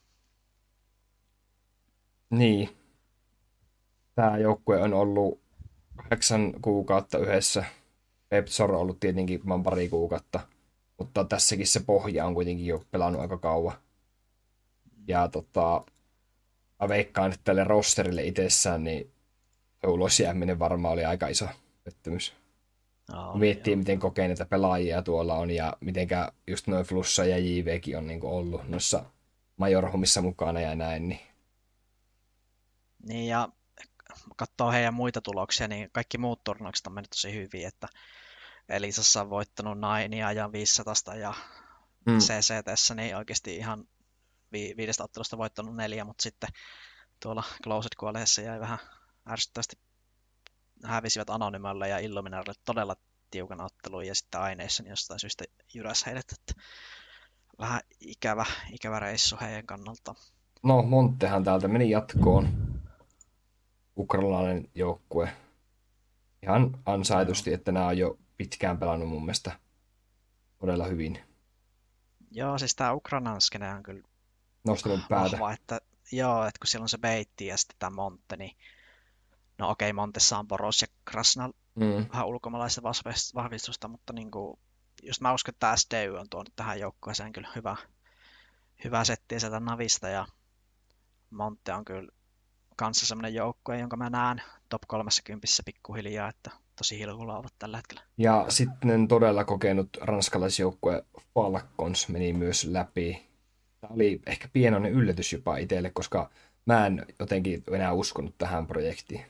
niin. Tämä joukkue on ollut kahdeksan kuukautta yhdessä. Pepsor on ollut tietenkin vain pari kuukautta, mutta tässäkin se pohja on kuitenkin jo pelannut aika kauan. Ja tota, mä veikkaan, että tälle rosterille itsessään, niin ulos jääminen varmaan oli aika iso pettymys. No, Kun miettii, joo. miten kokeneita pelaajia tuolla on ja mitenkä just noin Flussa ja J V:kin on niinku ollut noissa major-hommissa mukana ja näin. Niin. Niin ja katsoo heidän muita tuloksia, niin kaikki muut turnaukset on mennyt tosi hyvin, että Elisassa on voittanut Nainia ja viisisataa ja Mm. C C T:ssä niin oikeasti ihan vi- viidestä ottelusta voittanut neljä, mutta sitten tuolla Closed Qualiassa jäi vähän ärsyttävästi, hävisivät Anonymalle ja Illuminarille todella tiukan ottelun ja sitten aineissa niin jostain syystä jyräs heidät, että vähän ikävä, ikävä reissu heidän kannalta. No, Monttehan täältä meni jatkoon. Ukrainalainen joukkue. Ihan ansaitusti, että nämä on jo pitkään pelannut mun mielestä todella hyvin. Joo, siis tämä Ukrainan skene on kyllä Nostanut päätä. vahva, että joo, että kun siellä on se Beitti ja sitten tämä Monte, niin no okei, Montessa on Boros ja Krasnal Mm. vähän ulkomaalaista vahvistusta, mutta niin kuin, just mä uskon, että S D Y on tuonut tähän joukkueeseen kyllä hyvä, hyvä settiä sieltä Navista ja Monte on kyllä kanssa semmoinen joukkue, jonka mä näen top kolmekymmentä pikkuhiljaa, että tosi hilkulla ovat tällä hetkellä. Ja sitten todella kokenut ranskalaisjoukkue Falcons meni myös läpi. Tämä oli ehkä pienoinen yllätys jopa itselle, koska mä en jotenkin enää uskonut tähän projektiin.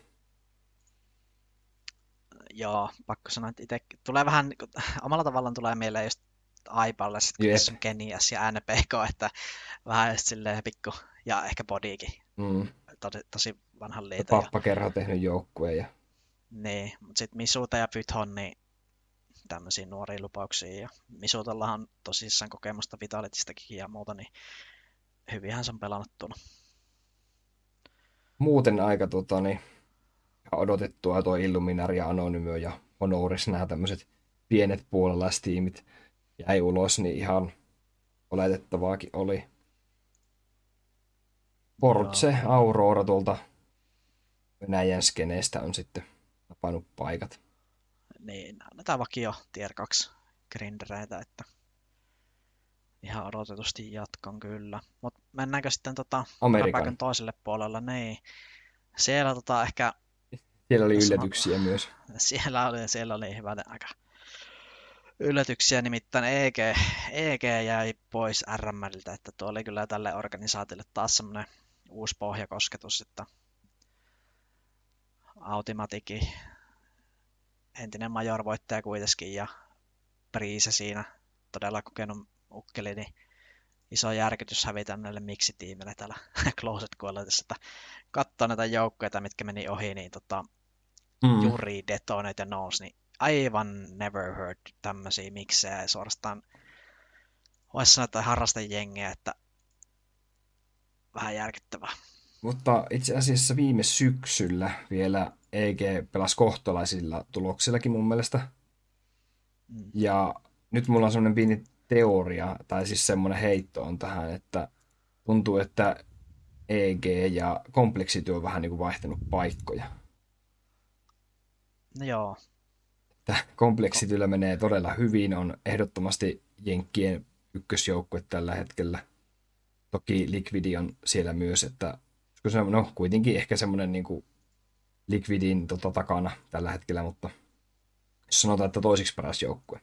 Joo, pakko sanoa, että itse tulee vähän, omalla tavallaan tulee mieleen just Aipalle, kun tässä on Kenias ja N P K, että vähän just silleen pikku, ja ehkä Bodykin, Mm. tosi, tosi vanhan liiton. Pappakerho tehnyt joukkueen. Ja... Niin, mutta sitten Misuta ja Python, niin tämmöisiä nuoria lupauksia, ja Misutallahan on tosissaan kokemusta Vitalitistakin ja muuta, niin hyvinhän se on pelannut tuolla. Muuten aika tota, niin, odotettua tuo Illuminari ja Anonymio ja Honoris, nämä tämmöiset pienet puolalaistiimit jäi ulos, niin ihan oletettavaakin oli. Fortse, Aurora tuolta Venäjän skeneestä on sitten napannut paikat. Niin, annetaan vakio tier kaksi grindereitä, että ihan odotetusti jatkon kyllä. Mutta mennäänkö sitten tota paikan toiselle puolelle? Niin, siellä tota ehkä... Siellä oli yllätyksiä mä... myös. Siellä oli, siellä oli hyvä aika yllätyksiä, nimittäin E G, E G jäi pois R M L:ltä, että tuo oli kyllä tälle organisaatille taas semmoinen uusi pohjakosketus, että Automaticin entinen major-voittaja kuitenkin ja Priise siinä todella kokenut ukkeli, niin iso järkytys hävitä näille miksi-tiimille täällä Closed Qualityssä, että katsoo näitä joukkoja, mitkä meni ohi, niin tota, mm. Juri, Detonate ja Nose, niin aivan never heard tämmöisiä miksejä ja suorastaan voisi sanoa, että harrastejengiä, että vähän järkyttävää. Mutta itse asiassa viime syksyllä vielä E G pelasi kohtalaisilla tuloksillakin mun mielestä. Mm. Ja nyt mulla on semmoinen pieni teoria, tai siis semmoinen heitto on tähän, että tuntuu, että E G ja Complexity on vähän niin kuin vaihtanut paikkoja. No joo. Että Complexityllä menee todella hyvin, on ehdottomasti Jenkkien ykkösjoukkue tällä hetkellä. Toki Liquidi on siellä myös, että no kuitenkin ehkä semmoinen niin kuin Liquidin tota, takana tällä hetkellä, mutta jos sanotaan, että toisiksi paras joukkue,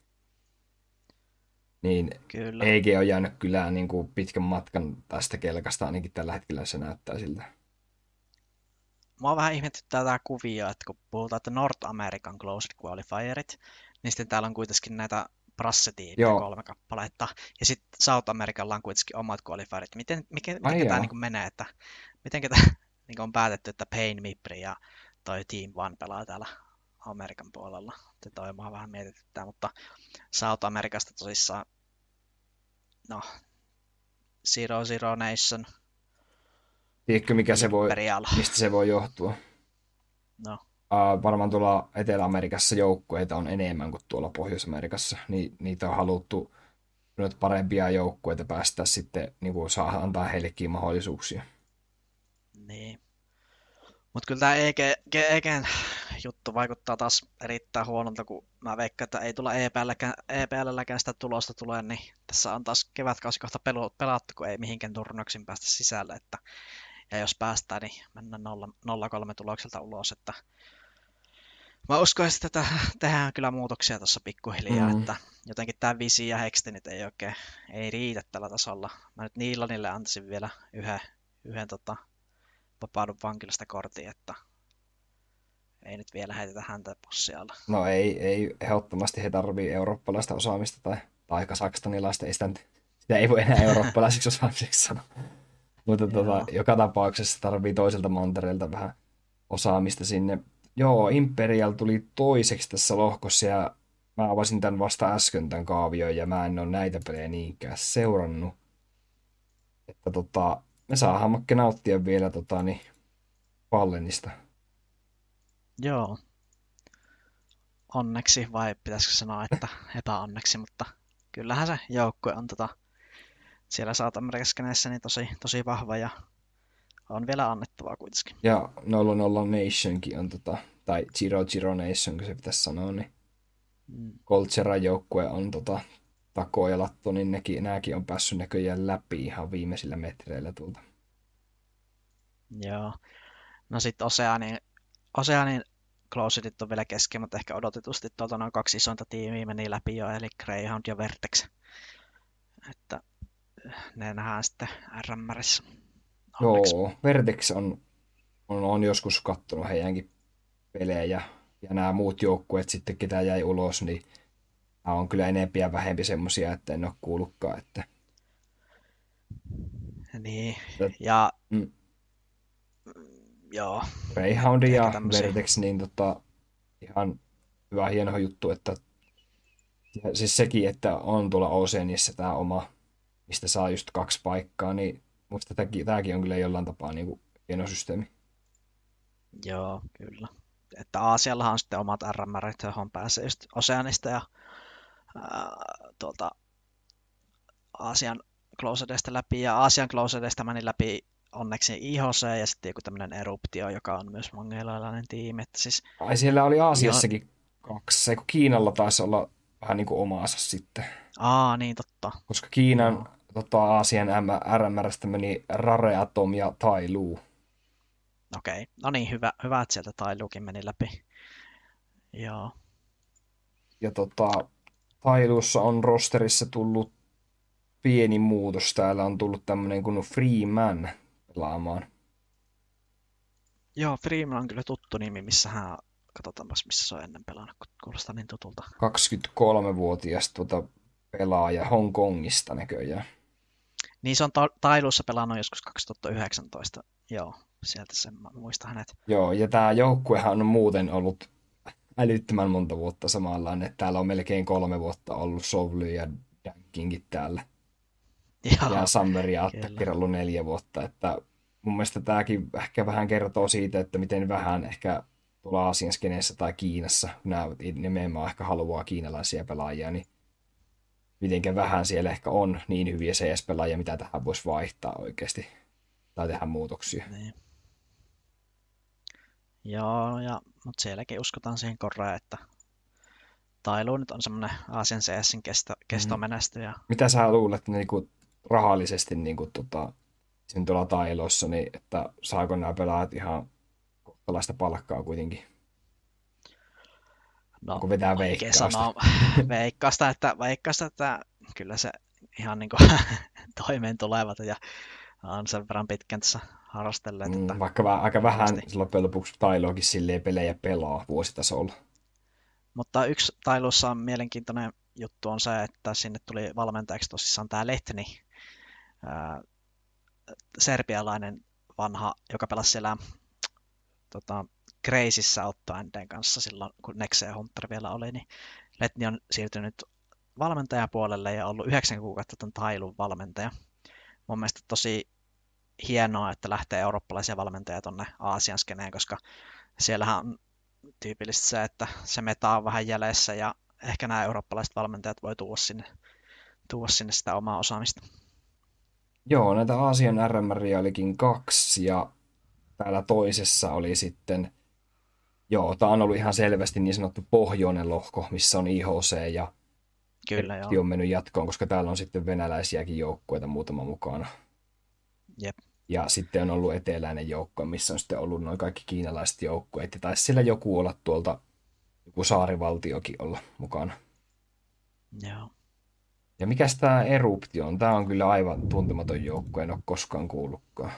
niin kyllä. E G on jäänyt kyllä niin kuin pitkän matkan tästä kelkasta, ainakin tällä hetkellä se näyttää siltä. Mua vähän ihmetyttää tämä kuvio, että kun puhutaan, että North American Closed Qualifierit, niin sitten täällä on kuitenkin näitä prassetiimiä kolme kappaletta, ja sitten South Americalla on kuitenkin omat qualifierit. Miten, mikä, mikä tämä niin menee, että miten tämä niin on päätetty, että Pain, Mipri ja toi Team One pelaa täällä Amerikan puolella. Se toi mua vähän mietityttää, mutta South Amerikasta tosissaan, no, Zero Zero Nation. Tiedätkö, mikä se voi, mistä se voi johtua? No. Uh, varmaan tuolla Etelä-Amerikassa joukkueita on enemmän kuin tuolla Pohjois-Amerikassa. Ni, niitä on haluttu nyt parempia joukkueita päästä sitten, niin kuin saa antaa heillekin mahdollisuuksia. Niin. Mutta kyllä tämä E G, E G:n juttu vaikuttaa taas erittäin huonolta, kun mä veikkaan, että ei tulla E P L:lläkään sitä tulosta tulee, niin tässä on taas kevätkausi kohta pelattu, kun ei mihinkään turnauksiin päästä sisälle, että ja jos päästään, niin mennään nolla kolme tulokselta ulos, että mä uskoisin, että tehdään kyllä muutoksia tuossa pikkuhiljaa, mm. että jotenkin tämä Visi ja Hexti nyt ei oikein ei riitä tällä tasolla. Mä nyt Niilanille antaisin vielä yhden, yhden tota, vapaudun vankilasta kortin, että ei nyt vielä heitetä häntä possialla. No ei, ei ehdottomasti he tarvii eurooppalaista osaamista tai, tai kasakstanilaista, ei sitä, sitä Sitä ei voi enää eurooppalaisiksi osaamiseksi sanoa. Mutta tota, Joo. joka tapauksessa tarvii toiselta mantereelta vähän osaamista sinne. Joo, Imperial tuli toiseksi tässä lohkossa ja mä avasin tämän vasta äsken tämän kaavion ja mä en ole näitä pelejä niinkään seurannut. Että tota, me saadaan Makke nauttia vielä tota, niin, Fallenista. Joo. Onneksi, vai pitäisikö sanoa, että epäonneksi, mutta kyllähän se joukkue on tota, siellä South Americassa niin tosi, tosi vahva ja on vielä annettavaa kuitenkin. Ja nolla nolla Nationkin on, tota, tai Zero Zero Nation, kun se pitäisi sanoa, niin Mm. Colcheran joukkue on tota, Tako ja Latto, niin nekin, nääkin on päässyt näköjään läpi ihan viimeisillä metreillä tuolta. Joo. No sitten Oceanin, Oceanin Closetit on vielä kesken, mutta ehkä odotetusti tuolta noin kaksi isointa tiimiä meni läpi jo, eli Greyhound ja Vertex. Että ne nähdään sitten R M R:ssä. Onneksi. Joo, Vertex on, on, on joskus kattonut heidänkin pelejä, ja nämä muut joukkueet sitten, ketä jäi ulos, niin nämä on kyllä enempi ja vähempi semmosia, että en ole kuullutkaan, että... Niin, Et- ja Mm. joo, Greyhound Ehkä ja tämmösiä. Vertex, niin tota, ihan hyvä hieno juttu, että ja siis sekin, että on tuolla Oceanissa tämä oma, mistä saa just kaksi paikkaa, niin musta tämäkin, tämäkin on kyllä jollain tapaa niin kuin hieno systeemi. joo, kyllä. Että Aasiallahan on sitten omat R M R:t, johon pääsee just Oceanista ja ää, tuolta Aasian Closedesta läpi. Ja Aasian Closedesta meni läpi onneksi I H C ja sitten joku tämmöinen Eruptio, joka on myös mongolialainen tiimi. Että siis, Ai siellä oli Aasiassakin kaksi, se kun Kiinalla taisi olla vähän niin kuin omaansa sitten, aa, niin totta. koska Kiinan Joo. tota, Aasian R M R:stä meni Rare Atom ja Tai Lu. Okei, no niin, hyvä, hyvä että sieltä Tailukin meni läpi. Joo, Ja tota, Tailussa on rosterissa tullut pieni muutos. Täällä on tullut tämmönen kuin Freeman pelaamaan. joo, Freeman on kyllä tuttu nimi, missä hän, katsotaanpas missä se on ennen pelannut, kun kuulostaa niin tutulta. kaksikymmentäkolmevuotias tuota pelaaja Hongkongista näköjään. Niin se on ta- Tailussa pelannut joskus kaksituhattayhdeksäntoista, joo, sieltä sen mä muistan hänet. Joo, ja tämä joukkuehan on muuten ollut älyttömän monta vuotta samanlainen. Että täällä on melkein kolme vuotta ollut Sovly ja Dankingit täällä. Joo, Ja Summer ja kyllä. Attacker on ollut neljä vuotta. Että mun mielestä tämäkin ehkä vähän kertoo siitä, että miten vähän ehkä tuolla Aasian skeneessä tai Kiinassa, nämä nimenomaan ehkä haluaa kiinalaisia pelaajia, niin mitenkä vähän siellä ehkä on niin hyviä C S-pelaajia, mitä tähän voisi vaihtaa oikeasti tai tehdä muutoksia. Niin. Joo, ja, mutta sielläkin uskotaan siihen korreen, että Tailu nyt on semmoinen Aasian C S:n kesto, kestomenestyjä. Mitä sä luulet että niinku rahallisesti niinku tota, siinä tuolla Tailossa, niin että saako nämä pelaajat ihan kohtalaista palkkaa kuitenkin? No, Onko vetää vaikea veikkausta? sanoa. Veikkausta, että, veikkausta, että kyllä se ihan niin kuin toimeen tulevat ja on sen verran pitkän tässä harrastelleet. Että Mm, vaikka vähän, aika vähän varmasti. loppujen lopuksi Tailoakin silleen pelejä pelaa vuositasolla. Mutta yksi Tailussa on mielenkiintoinen juttu on se, että sinne tuli valmentajaksi tosissaan tämä Letni, ää, serbialainen vanha, joka pelasi siellä tota, Crazyssä Ottoänden kanssa silloin, kun Nexe ja Hunter vielä oli, niin Letni on siirtynyt valmentajapuolelle ja ollut yhdeksän kuukautta tämän Tailun valmentaja. Mun mielestä tosi hienoa, että lähtee eurooppalaisia valmentajia tonne Aasian skeneen, koska siellähän on tyypillistä se, että se meta on vähän jäljessä ja ehkä nämä eurooppalaiset valmentajat voi tuoda sinne, tuoda sinne sitä omaa osaamista. Joo, näitä Aasian R M R:iä olikin kaksi ja täällä toisessa oli sitten, joo, tämä on ollut ihan selvästi niin sanottu pohjoinen lohko, missä on I H C ja Kyllä joo. on mennyt jatkoon, koska täällä on sitten venäläisiäkin joukkueita muutama mukana. Jep. Ja sitten on ollut eteläinen joukkue, missä on sitten ollut noin kaikki kiinalaiset joukkueet. Ja taisi siellä joku olla tuolta, joku saarivaltiokin olla mukana. Joo. Ja mikäs tää Eruptio on? Tää on kyllä aivan tuntematon joukkue, en ole koskaan kuullutkaan.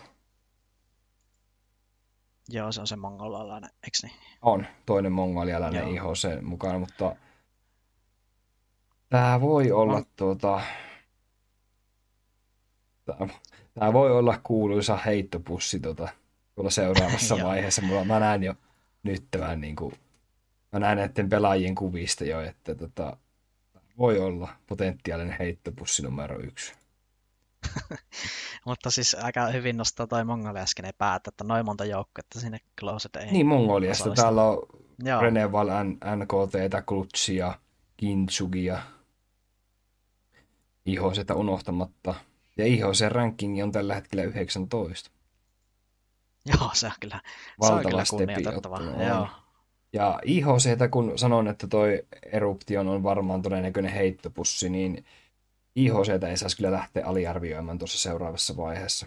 Joo, se on se mongolalainen, eikö niin? On, toinen mongolialainen Joo. I H C mukana, mutta tää voi olla On- tuota... Tämä, tämä voi olla kuuluisa heittopussi tota, tuolla seuraavassa Joo. vaiheessa. Mulla, mä näen jo nyt tämän, niin kuin, mä näen näiden pelaajien kuvista jo, että tota, voi olla potentiaalinen heittopussi numero yksi. Mutta siis aika hyvin nostaa toi Mongolia äsken päätä, että noin monta joukkuetta sinne Closet ei Niin, Mongoliasta. osallistu. Täällä on Joo, Reneval, N K T, Klutsia, Kintsugia, I H C:tä unohtamatta. Ja I H C-rankingi on tällä hetkellä yhdeksäntoista. joo, se on kyllä, se on Valtava kyllä stepi kunnioitettava. ottanut Joo, on. Ja I H C:tä, kun sanon, että toi Eruption on varmaan todennäköinen heittopussi, niin I H C:tä ei saisi kyllä lähteä aliarvioimaan tuossa seuraavassa vaiheessa.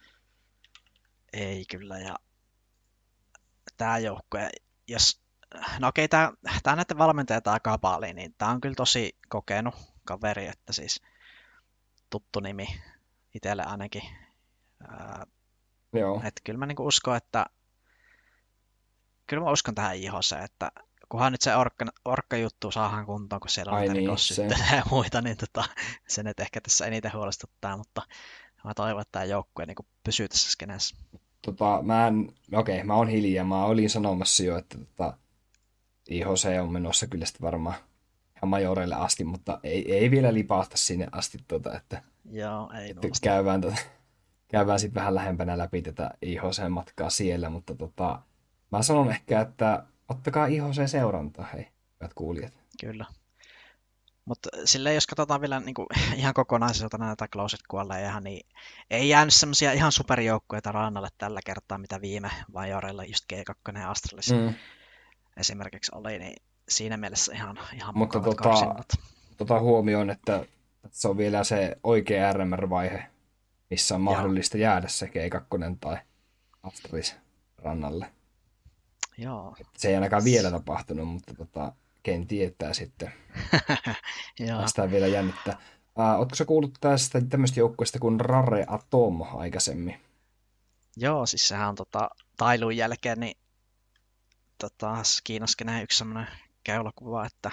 ei kyllä. Ja tämä joukkue, jos, no okei, tämä, tämä näiden valmentaja tämä Kabali, niin tämä on kyllä tosi kokenut kaveri, että siis tuttu nimi itselle ainakin. Ää, Joo. että kyllä mä niinku uskon, että kyllä mä uskon tähän I H C, että kunhan nyt se orkka, orkka-juttu saadaan kuntoon, kun siellä on Ai niitä niin, rikossyttelyjä ja muita, niin tota, se nyt ehkä tässä eniten huolestuttaa, mutta mä toivon, että tämä joukkue niin pysyy tässä skeneessä. Tota, mä en, okei, mä oon hiljaa. Mä olin sanomassa jo, että tota, I H C on menossa kyllä sitten varmaan ihan majoreille asti, mutta ei, ei vielä lipahta sinne asti, tota, että, Joo, ei että tuollaista. käydään, tota, käydään sitten vähän lähempänä läpi tätä I H C-matkaa siellä, mutta tota, mä sanon ehkä, että ottakaa I H C-seurantaa, hei, hyvät kuulijat. Kyllä. Mutta silleen, jos katsotaan vielä niin kuin, ihan kokonaisuutena näitä closet kuolleja, niin ei jäänyt semmoisia ihan superjoukkueita rannalle tällä kertaa, mitä viime majoreilla just G kaksi ja Astralis Mm. esimerkiksi oli, niin siinä mielessä ihan, ihan Mutta mukavat tota, karsinnat. tota huomioon, että se on vielä se oikea R M R-vaihe, missä on mahdollista jäädä se G kaksi tai Astralis rannalle. Joo. Se ei ainakaan vielä tapahtunut, mutta tota, ken tietää sitten. Joo. Päästään vielä jännittää. Uh, ootko sä kuullut tästä tämmöistä joukkueesta kuin Rare Atom aikaisemmin? Joo, siis sehän on tota, Tailuun jälkeen, niin tota, Kiinaskeneen yksi semmoinen keulakuva, että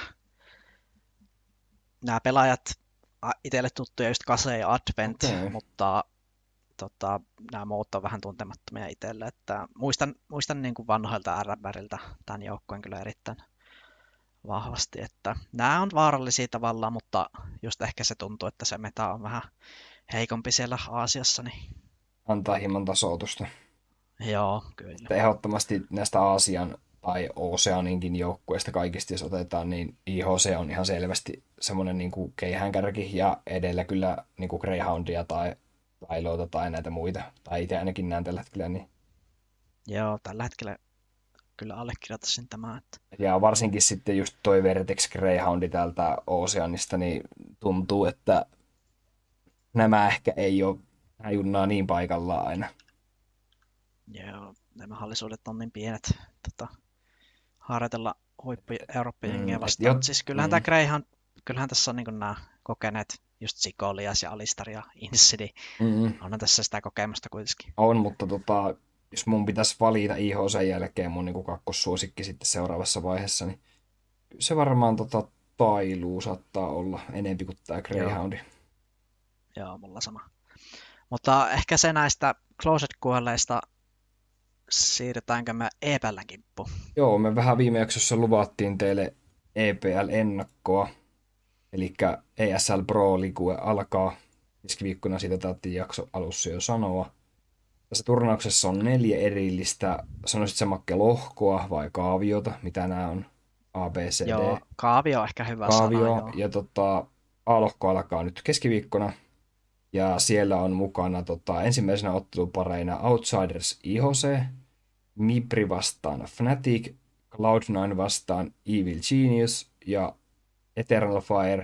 nämä pelaajat, a- itselle tuttuja just Kase ja Advent, Okei. mutta tota, nämä muut on vähän tuntemattomia itselle, että muistan, muistan niin kuin vanhoilta R M Riltä tämän joukkueen kyllä erittäin vahvasti, että nämä on vaarallisia tavallaan, mutta just ehkä se tuntuu, että se meta on vähän heikompi siellä Aasiassa, niin Antaa hieman tasoitusta. joo, kyllä. Että ehdottomasti näistä Aasian tai Oceaninkin joukkueista kaikista, jos otetaan, niin I H C on ihan selvästi semmoinen niin kuin keihäänkärki ja edellä kyllä niin kuin Greyhoundia tai Tailoota tai näitä muita. Tai itse ainakin näen tällä hetkellä. Niin. Joo, tällä hetkellä kyllä allekirjoittaisin tämän, että Ja varsinkin sitten just toi Vertex Greyhoundi täältä Oceanista, niin tuntuu, että nämä ehkä ei ole nämä junnaa niin paikallaan aina. joo, ne mahdollisuudet on niin pienet tota, harjoitella huippu Eurooppa-jengiä Mm, vastaan. et Mut siis kyllähän mm. tämä Greyhound, kyllähän tässä on niin nämä kokeneet just Sikolias ja Alistar ja Insidi. Mm, Onhan tässä sitä kokemusta kuitenkin. on, mutta tota, jos mun pitäisi valita I H C jälkeen mun niin kakkossuosikki sitten seuraavassa vaiheessa, niin kyllä se varmaan tota, Tailuu saattaa olla enempi kuin tämä Greyhoundi. Joo, mulla sama. Mutta ehkä se näistä closet-kuolleista, siirrytäänkö me E P L:n kimppuun? Joo, me vähän viime jaksossa luvattiin teille E P L-ennakkoa, eli E S L Pro League alkaa keskiviikkona, siitä taidettiin jakso alussa jo sanoa. Tässä turnauksessa on neljä erillistä, sanoisit sä Makke, lohkoa vai kaaviota, mitä nämä on? A, B, C, D. Joo, kaavio on ehkä hyvä Kaavio, sana, joo. ja tota, A-lohko alkaa nyt keskiviikkona, ja siellä on mukana tota, ensimmäisenä ottelupareina Outsiders I H C, Mipri vastaan Fnatic, Cloud nine vastaan Evil Genius ja Eternal Fire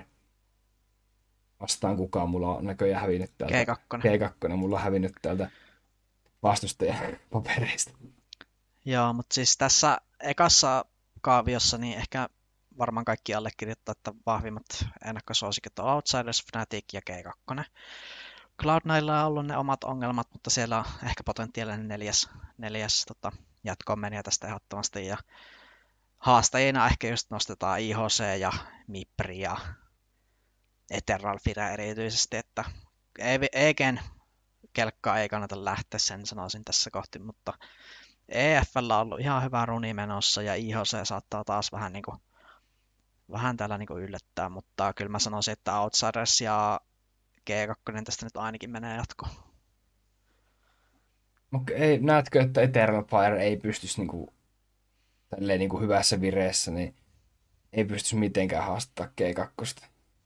vastaan kukaan mulla on näköjään hävinnyt täältä. G kaksi. G kaksi, mulla on hävinnyt täältä vastustajan papereista. Joo, mutta siis tässä ekassa kaaviossa niin ehkä varmaan kaikki allekirjoittaa, että vahvimmat ennakkosuosikit on Outsiders, Fnatic ja G kaksi. cloud ninella on ollut ne omat ongelmat, mutta siellä on ehkä potentiaalinen neljäs, neljäs tota, jatkoon menijä tästä ehdottomasti. Ja haastajina ehkä just nostetaan I H C ja Mipri ja Eternal Fire erityisesti, että Egen kelkkaa ei kannata lähteä, sen sanoisin tässä kohti, mutta E F L on ollut ihan hyvä runi menossa ja I H C saattaa taas vähän, niin kuin, vähän täällä niin kuin yllättää, mutta kyllä mä sanoisin, että Outsiders ja G kaksi tästä nyt ainakin menee jatkoon. Okei, näetkö, että Eternal Fire ei pystyisi niinku, tälleen niinku hyvässä vireessä, niin ei pystyisi mitenkään haastamaan G kaksi?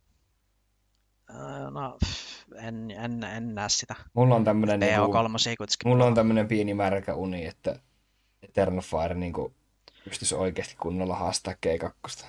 Öö, No, en, en, en näe sitä. Mulla on tämmönen, niinku, P O kolme kuitenkin mulla on pelaa. tämmönen pieni märkä uni, että Eternal Fire niinku pystyisi oikeasti kunnolla haastaa G kaksi.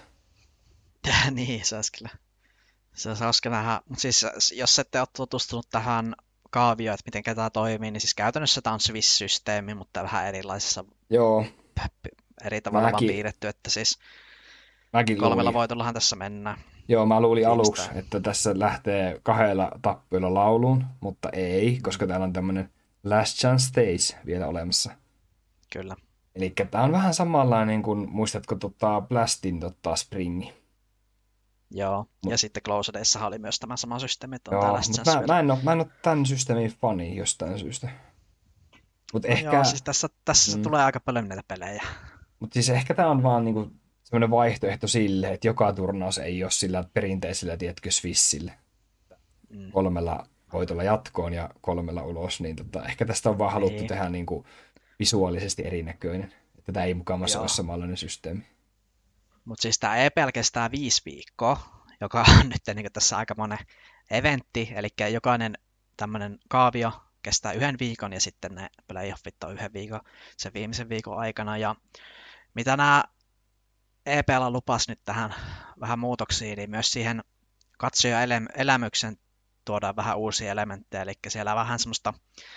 Niin, se olisi kyllä. Se olisi hauska nähdä. Mutta siis, jos ette ole tutustunut tähän kaavioon, että miten tämä toimii, niin siis käytännössä tämä on Swiss-systeemi, mutta vähän erilaisessa, Joo, eri tavalla vaan mäkin, piirretty, että siis mäkin kolmella luulin. voitollahan tässä mennään. Joo, mä luulin aluksi, Viimeistään. että tässä lähtee kahdella tappiolla lauluun, mutta ei, koska täällä on tämmönen Last Chance Stage vielä olemassa. Kyllä. Eli tää on vähän samanlainen kuin, muistatko tota Blastin tota Springi? Joo. Mut, Ja sitten Closedeissahan oli myös tämä sama systeemi, että on tää joo, Last mutta Chance mä, vielä. mä, en oo, mä en oo tän systeemin fani jostain syystä. Mutta No ehkä, joo, siis tässä, tässä mm, tulee aika paljon näitä pelejä. mut siis ehkä tää on vaan niinku semmoinen vaihtoehto sille, että joka turnaus ei ole sillä perinteisellä, tiedätkö, Swissillä. Mm. Kolmella voitolla jatkoon ja kolmella ulos, niin tota, ehkä tästä on vaan haluttu Niin. tehdä niinku visuaalisesti erinäköinen. Että tämä ei mukamassa Joo. ole samanlainen systeemi. Mutta siis tämä E P L kestää viisi viikkoa, joka on nyt niin tässä aika monen eventti, eli jokainen tämmöinen kaavio kestää yhden viikon ja sitten ne playoffit on yhden viikon sen viimeisen viikon aikana. Ja mitä nämä E P L lupas nyt tähän vähän muutoksiin, niin myös siihen katsoja-elämyksen tuodaan vähän uusia elementtejä, eli siellä vähän semmoista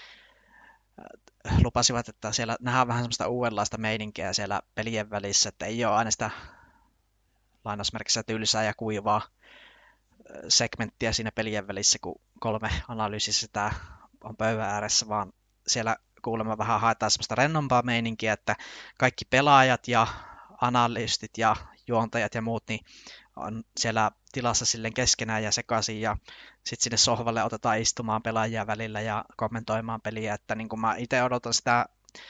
lupasivat, että siellä nähdään vähän semmoista uudenlaista meininkiä siellä pelien välissä, että ei ole aina sitä lainausmerkissä tylsää ja kuivaa segmenttiä siinä pelien välissä, kun kolme analyysissä sitä on pöydän ääressä, vaan siellä kuulemma vähän haetaan semmoista rennompaa meininkiä, että kaikki pelaajat ja analystit ja juontajat ja muut niin on siellä tilassa silleen keskenään ja sekaisin ja sitten sinne sohvalle otetaan istumaan pelaajia välillä ja kommentoimaan peliä, että niin kuin mä itse odotan sitä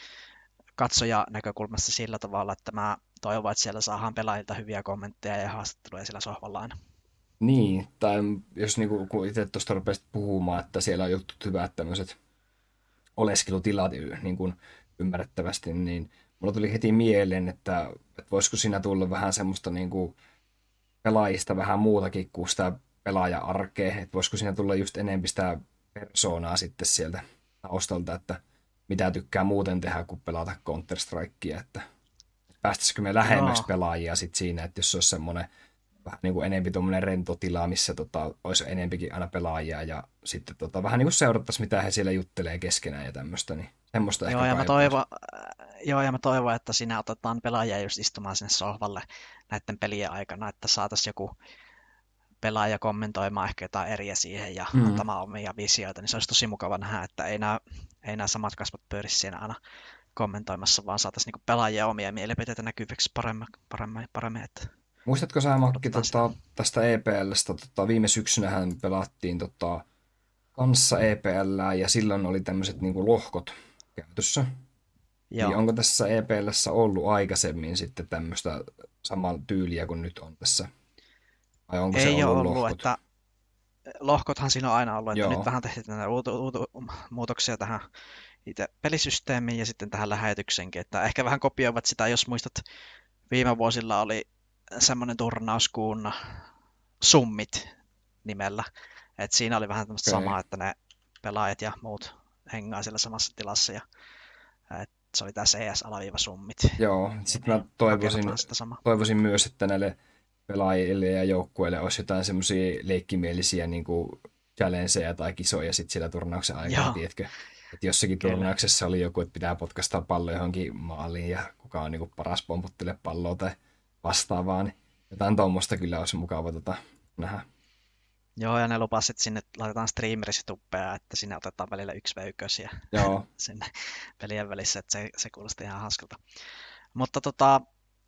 katsoja näkökulmasta sillä tavalla, että mä toivon, että siellä saadaan pelaajilta hyviä kommentteja ja haastatteluja siellä sohvalla aina. Niin, tai jos niinku, kun itse tuosta rupesit puhumaan, että siellä on jutut hyvät tämmöiset oleskelutilat niin kuin ymmärrettävästi, niin mulla tuli heti mieleen, että, että voisiko siinä tulla vähän semmoista niin kuin pelaajista vähän muutakin kuin sitä pelaaja-arkea, että voisiko siinä tulla just enemmän sitä persoonaa sitten sieltä taustalta, että mitä tykkää muuten tehdä kuin pelata Counter-Strikea, että päästäisikö me lähemmäksi Joo. pelaajia sitten siinä, että jos se olisi semmoinen vähän niin kuin enempi tuommoinen rento tila, missä tota, olisi enempikin aina pelaajia ja sitten tota, vähän niin kuin seurattaisiin, mitä he siellä juttelee keskenään ja tämmöistä, niin semmoista Joo, ehkä ja mä kaipaisi. toivon, joo, ja mä toivon, että siinä otetaan pelaajia just istumaan sinne sohvalle näiden pelien aikana, että saataisiin joku pelaaja kommentoimaan ehkä jotain eriä siihen ja Mm. antamaan omia visioita, niin se olisi tosi mukava nähdä, että ei nämä, ei nämä samat kasvot pyörisi siinä aina kommentoimassa, vaan saataisiin niinku pelaajia omia mielipiteitä näkyviksi paremmin, paremmin, paremmin että Muistatko sä, Makki, odotetaan sitä. tota, tästä E P L:stä, tota, viime syksynähän pelattiin tota, kanssa E P L:ää ja silloin oli tämmöiset niinku lohkot käytössä. Joo. Niin onko tässä E P L:ssä ollut aikaisemmin sitten tämmöistä samaa tyyliä kuin nyt on tässä? Vai onko se Ei ole ollut ollut, lohkot? että lohkothan siinä on aina ollut, että Joo. nyt vähän tehtiin näitä uutu, uutu, muutoksia tähän itse pelisysteemiin ja sitten tähän lähetyksenkin, että ehkä vähän kopioivat sitä, jos muistat, viime vuosilla oli semmoinen turnaus kuin Summit nimellä, että siinä oli vähän tämmöistä Okei. samaa, että ne pelaajat ja muut hengaa siellä samassa tilassa ja että se oli tämä C S-summit. Joo, sitten mä Niin, toivoisin, hakevat sitä samaa. toivoisin myös, että näille pelaajille ja joukkueille olisi jotain semmoisia leikkimielisiä niin kuin challengeja tai kisoja sitten siellä turnauksen aikana, Joo. tiedätkö? Että jossakin Kyllä. turnauksessa oli joku, että pitää potkastaa pallo johonkin maaliin ja kuka on niin kuin paras pomputtele palloa tai vastaavaa, niin jotain tuommoista kyllä olisi mukava tota, nähdä. Joo, ja ne lupas, että sinne laitetaan streamerisituppeja, että sinne otetaan välillä yksi v yksi Joo, sinne pelien välissä, että se, se kuulosti ihan hauskalta. Mutta tota,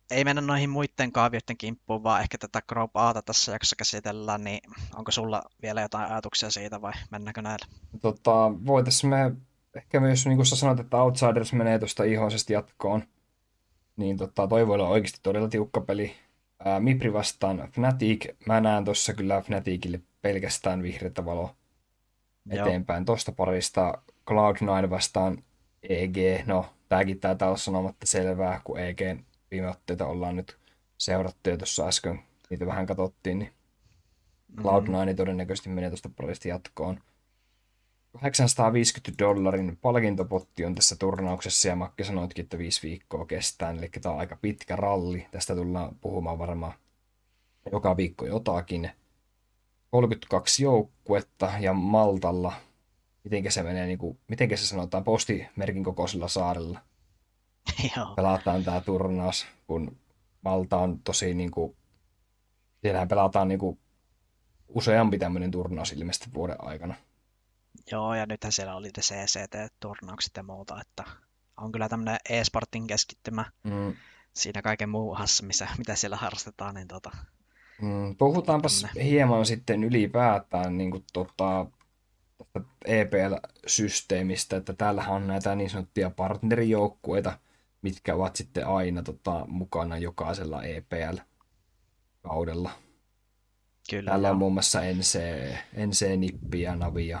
ei mennä noihin muiden kaavioiden kimppuun, vaan ehkä tätä Group Ata tässä jaksossa käsitellään, niin onko sulla vielä jotain ajatuksia siitä vai mennäänkö näillä? Tota, voitaisiin me ehkä myös, niin kuin sä sanoit, että Outsiders menee tuosta ihoisesti jatkoon, niin tota, toi voi olla oikeasti todella tiukka peli. Ää, Mipri vastaan Fnatic. Mä näen tuossa kyllä Fnaticille pelkästään vihreätä valoa Joo, eteenpäin. Tuosta parista cloud nine vastaan E G. No, tääkin taitaa olla sanomatta selvää, kun E G:n viime otteita ollaan nyt seurattu ja tuossa äsken niitä vähän katsottiin, niin cloud mm, nine todennäköisesti menee tuosta parista jatkoon. kahdeksansataaviisikymmentä dollarin palkintopotti on tässä turnauksessa ja Makke sanoitkin, että viisi viikkoa kestää, eli tämä on aika pitkä ralli. Tästä tullaan puhumaan varmaan joka viikko jotakin. kolmekymmentäkaksi joukkuetta ja Maltalla, mitenkä se menee, niin kuin, mitenkä se sanotaan, postimerkin kokoisella saarella joo, pelataan tämä turnaus, kun Malta on tosi, niin kuin, siellähän pelataan niin kuin, useampi tämmöinen turnaus ilmeisesti vuoden aikana. joo, ja nythän siellä oli ne C C T-turnaukset ja muuta, että on kyllä tämmöinen e-sportin keskittymä Mm. siinä kaiken muuhassa, missä, mitä siellä harrastetaan, niin tota, Mm, puhutaanpas tämmönen, hieman sitten ylipäätään niin kuin, tota, tästä E P L-systeemistä, että täällähän on näitä niin sanottuja partnerijoukkueita, mitkä ovat sitten aina tota, mukana jokaisella E P L-kaudella. kyllä Täällä on joo, muun muassa N C, N C Nippiä, Navia,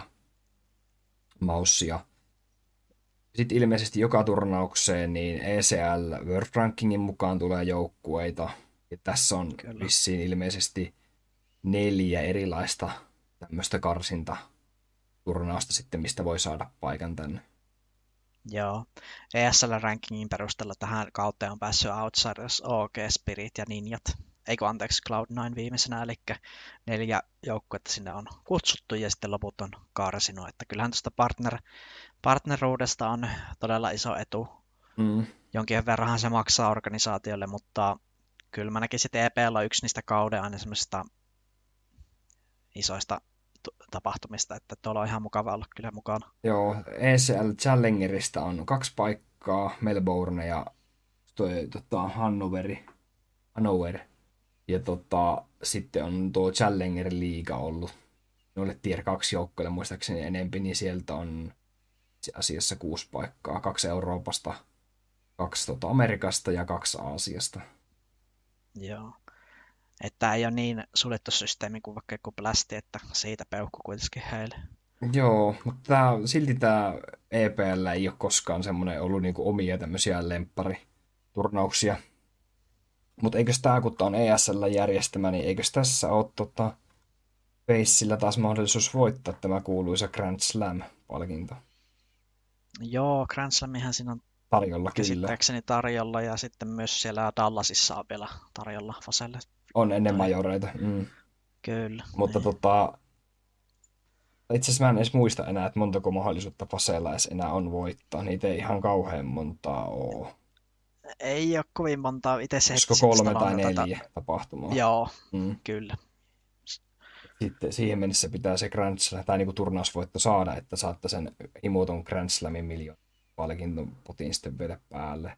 Maussia. Sitten ilmeisesti joka turnaukseen niin E C L World Rankingin mukaan tulee joukkueita. Ja tässä on kyllä. vissiin ilmeisesti neljä erilaista tämmöistä karsintaturnausta sitten, mistä voi saada paikan tänne. Joo. E S L-rankingin perusteella tähän kauteen on päässyt Outsiders, O G, Spirit ja Ninjat. Eikö anteeksi, cloud nine viimeisenä, eli neljä joukkuetta sinne on kutsuttu ja sitten loput on karsinut. Että kyllähän tuosta partner, partneruudesta on todella iso etu. Mm. Jonkin verranhan se maksaa organisaatiolle, mutta kyllä mä näkisin, että E P L on yksi niistä kauden aina semmoisista isoista tapahtumista, että tuolla on ihan mukava olla kyllä mukana. Joo, E C L Challengerista on kaksi paikkaa, Melbourne ja toi, tota, Hannoveri, Hannover. Ja tota, sitten on tuo Challenger-liiga ollut noille tier kaksi joukkoille muistaakseni enempi, niin sieltä on itse asiassa kuusi paikkaa. Kaksi Euroopasta, kaksi tota Amerikasta ja kaksi Aasiasta. Joo. Että ei ole niin suljettu systeemi kuin vaikka joku Blasti, että siitä peukku kuitenkin heille. Joo, mutta tää, silti tämä E P L ei ole koskaan semmoinen ollut niinku omia tämmöisiä lemppariturnauksia. Mutta eikös tämä, kun tää on E S L-järjestämä, niin eikös tässä ole tota, Facella taas mahdollisuus voittaa tämä kuuluisa Grand Slam-palkinto Joo, Grand Slamihan siinä on tarjolla kyllä. käsittääkseni tarjolla ja sitten myös siellä Dallasissa on vielä tarjolla Faselle. On ennen Tai- majoreita. Mm. Kyllä. Mutta niin. tota, itse asiassa mä en edes muista enää, että montako mahdollisuutta Facella edes enää on voittaa. Niitä ei ihan kauhean montaa ole. Ei ole kovin montaa itse se Olisiko hetki kolme tai sitten tätä- neljä tapahtumaa? Joo, Mm. kyllä. Sitten siihen mennessä pitää se Grand Slam, tai niinku turnausvoitto saada, että saatte sen himoton Grand Slamin miljoonan palkinton potin sitten vielä päälle.